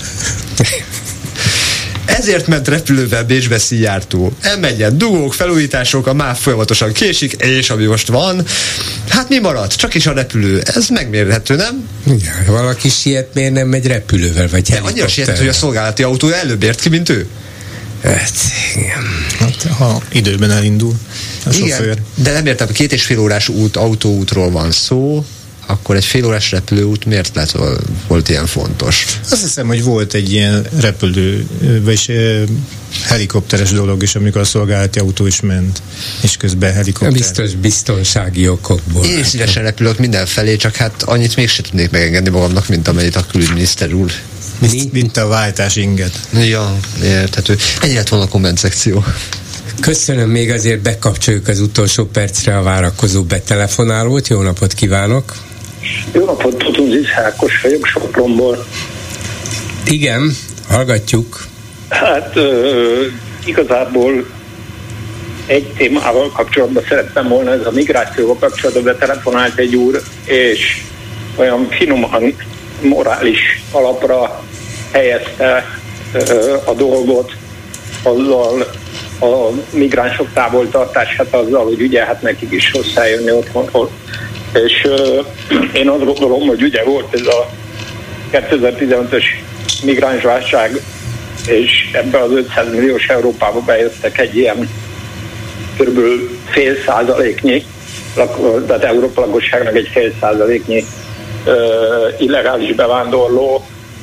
Ezért ment repülővel Bécsbe Szijjártó. Elmenjen, dugók, felújítások, a MÁV folyamatosan késik, és ami most van, hát mi marad? Csak is a repülő. Ez megmérhető, nem? Igen, valaki siet, miért nem megy repülővel, vagy helikopterrel? Annyira sietett, hogy a szolgálati autója előbb ért ki, mint ő. Hát, igen. Hát, ha időben elindul a igen, sofőr. De nem értem, két és fél órás út, autóútról van szó, akkor egy fél órás repülőút miért lett, volt ilyen fontos? Azt hiszem, hogy volt egy ilyen repülő, vagy helikopteres dolog is, amikor a szolgálati autó is ment, és közben helikopter. Biztos biztonsági okokból. Én is szívesen repülök mindenfelé, csak hát annyit mégsem tudnék megengedni magamnak, mint amennyit a külügyminiszter úr. Mint, mint a váltás inget. Ja, érthető. Ennyi lett volna a komment szekció. Köszönöm, még azért bekapcsoljuk az utolsó percre a várakozó betelefonálót. Jó napot kívánok! Jó napot, Tutunzis Ákos vagyok, Sopronból. Igen, hallgatjuk. Hát ö, igazából egy témával kapcsolatban szerettem volna, ez a migrációval kapcsolatban betelefonált egy úr, és olyan finoman morális alapra helyezte ö, a dolgot, azzal a migránsok távoltartását azzal, hogy ugye hát nekik is hozzájönni otthonról. És ö, én azt gondolom, hogy ugye volt ez a kétezer-tizenötös migránsválság, és ebbe az ötszáz milliós Európába bejöztek egy ilyen körülbelül fél százaléknyi, tehát Európa lakosságnak egy fél százaléknyi ö, illegális bevándorló,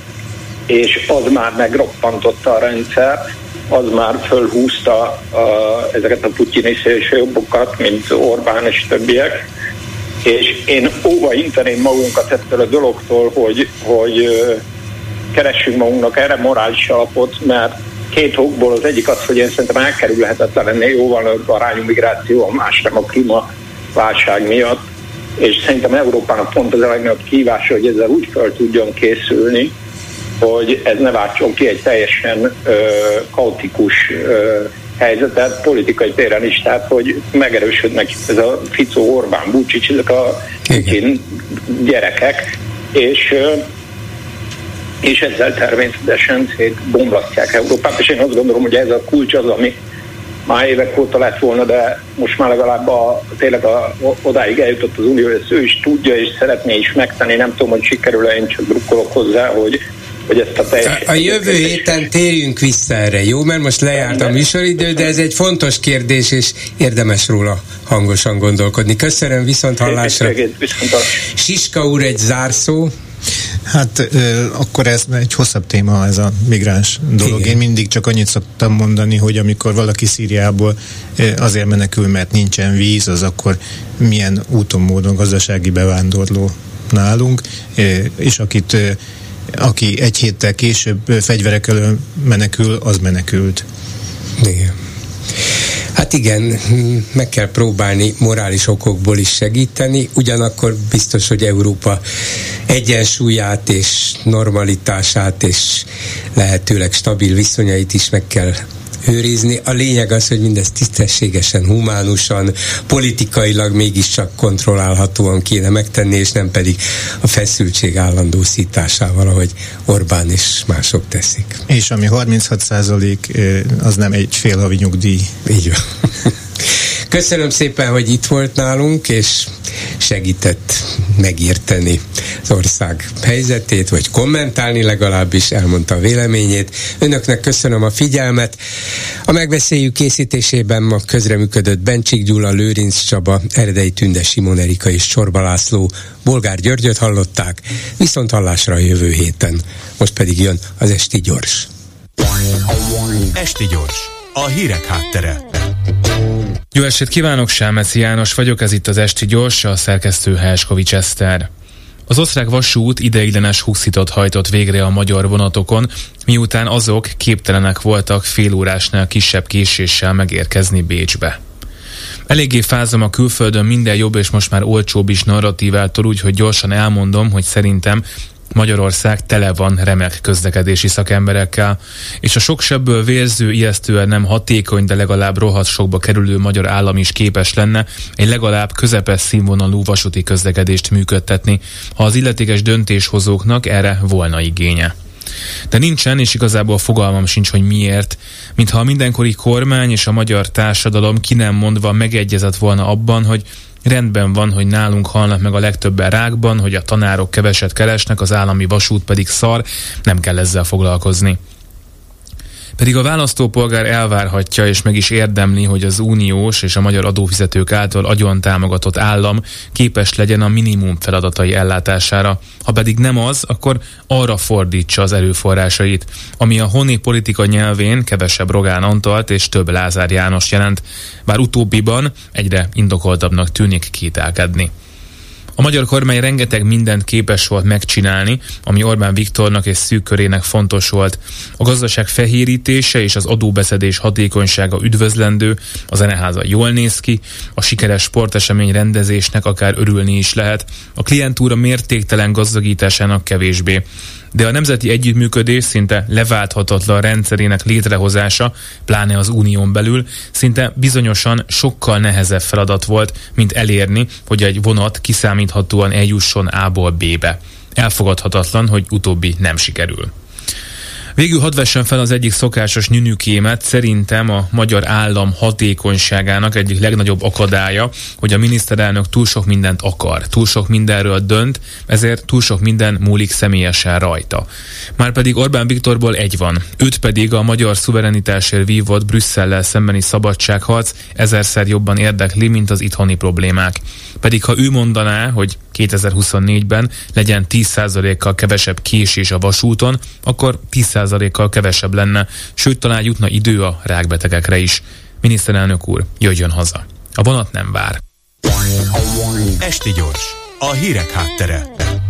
és az már megroppantotta a rendszert, az már fölhúzta a, ezeket a putyini szélsőjobbokat, mint Orbán és többiek, és én óva inteném magunkat ettől a dologtól, hogy, hogy keressünk magunknak erre morális alapot, mert két okból az egyik az, hogy én szerintem elkerülhetetlen ennél jóval nagyobb arányú migráció, a más nem a klímaválság miatt, és szerintem Európának pont az a legnagyobb kihívása, hogy ezzel úgy fel tudjon készülni, hogy ez ne váltson ki egy teljesen ö, kaotikus ö, helyzetet politikai téren is, tehát hogy megerősödnek ez a Ficó, Orbán, Vučić, ezek a Putin gyerekek, és, ö, és ezzel természetesen szétbomlasztják Európát, és én azt gondolom, hogy ez a kulcs az, ami már évek óta lett volna, de most már legalább a, tényleg a, odáig eljutott az Unió, ezt ő is tudja, és szeretné is megtenni, nem tudom, hogy sikerül-e, én csak drukkolok hozzá, hogy hogy ezt a teljes... A jövő héten térjünk vissza erre, jó? Mert most lejárt a műsoridő, de ez egy fontos kérdés, és érdemes róla hangosan gondolkodni. Köszönöm, viszont hallásra. Siska úr, egy zárszó. Hát akkor ez egy hosszabb téma, ez a migráns dolog. Igen. Én mindig csak annyit szoktam mondani, hogy amikor valaki Szíriából azért menekül, mert nincsen víz, az akkor milyen úton, módon gazdasági bevándorló nálunk, és akit aki egy héttel később fegyverek elől menekül, az menekült. Igen. Hát igen, meg kell próbálni morális okokból is segíteni, ugyanakkor biztos, hogy Európa egyensúlyát és normalitását és lehetőleg stabil viszonyait is meg kell őrizni. A lényeg az, hogy mindez tisztességesen, humánusan, politikailag mégiscsak kontrollálhatóan kéne megtenni, és nem pedig a feszültség állandó szításával, ahogy Orbán és mások teszik. És ami harminchat százalék, az nem egy fél havi nyugdíj. Így van. Köszönöm szépen, hogy itt volt nálunk, és segített megérteni az ország helyzetét, vagy kommentálni legalábbis, elmondta a véleményét. Önöknek köszönöm a figyelmet. A Megbeszéljük készítésében ma közreműködött Bencsik Gyula, Lőrinc Csaba, Erdei Tünde, Simon Erika és Csorba László. Bolgár Györgyöt hallották, viszont hallásra a jövő héten. Most pedig jön az Esti Gyors. Esti Gyors, a hírek háttere. Jó estét kívánok, Sámeci János vagyok, ez itt az Esti Gyors, a szerkesztő Helskovics Eszter. Az osztrák vasút ideiglenes huszítot hajtott végre a magyar vonatokon, miután azok képtelenek voltak fél órásnál kisebb késéssel megérkezni Bécsbe. Eléggé fázom a külföldön minden jobb és most már olcsóbb is narratívától, úgyhogy gyorsan elmondom, hogy szerintem Magyarország tele van remek közlekedési szakemberekkel, és a sok sebből vérző, ijesztően nem hatékony, de legalább rohadt sokba kerülő magyar állam is képes lenne egy legalább közepes színvonalú vasúti közlekedést működtetni, ha az illetékes döntéshozóknak erre volna igénye. De nincsen, és igazából fogalmam sincs, hogy miért, mintha a mindenkori kormány és a magyar társadalom ki nem mondva megegyezett volna abban, hogy rendben van, hogy nálunk halnak meg a legtöbben rákban, hogy a tanárok keveset keresnek, az állami vasút pedig szar, nem kell ezzel foglalkozni. Pedig a választópolgár elvárhatja és meg is érdemli, hogy az uniós és a magyar adófizetők által agyon támogatott állam képes legyen a minimum feladatai ellátására. Ha pedig nem az, akkor arra fordítsa az erőforrásait, ami a honi politika nyelvén kevesebb Rogán Antalt és több Lázár János jelent, bár utóbbiban egyre indokoltabbnak tűnik kételkedni. A magyar kormány rengeteg mindent képes volt megcsinálni, ami Orbán Viktornak és szűk körének fontos volt. A gazdaság fehérítése és az adóbeszedés hatékonysága üdvözlendő, a zeneháza jól néz ki, a sikeres sportesemény rendezésnek akár örülni is lehet, a klientúra mértéktelen gazdagításának kevésbé. De a nemzeti együttműködés szinte leválthatatlan rendszerének létrehozása, pláne az unión belül, szinte bizonyosan sokkal nehezebb feladat volt, mint elérni, hogy egy vonat kiszámíthatóan eljusson A-ból B-be. Elfogadhatatlan, hogy utóbbi nem sikerül. Végül hadd vessen fel az egyik szokásos nyünükémet, szerintem a magyar állam hatékonyságának egyik legnagyobb akadálya, hogy a miniszterelnök túl sok mindent akar, túl sok mindenről dönt, ezért túl sok minden múlik személyesen rajta. Márpedig Orbán Viktorból egy van, őt pedig a magyar szuverenitásért vívott Brüsszellel szembeni szabadságharc ezerszer jobban érdekli, mint az itthoni problémák. Pedig ha ő mondaná, hogy kétezer-huszonnégyben legyen tíz százalékkal kevesebb késés a vasúton, akkor tíz százalékkal kevesebb lenne, sőt talán jutna idő a rákbetegekre is. Miniszterelnök úr, jöjjön haza. A vonat nem vár. Esti gyors, a hírek háttere.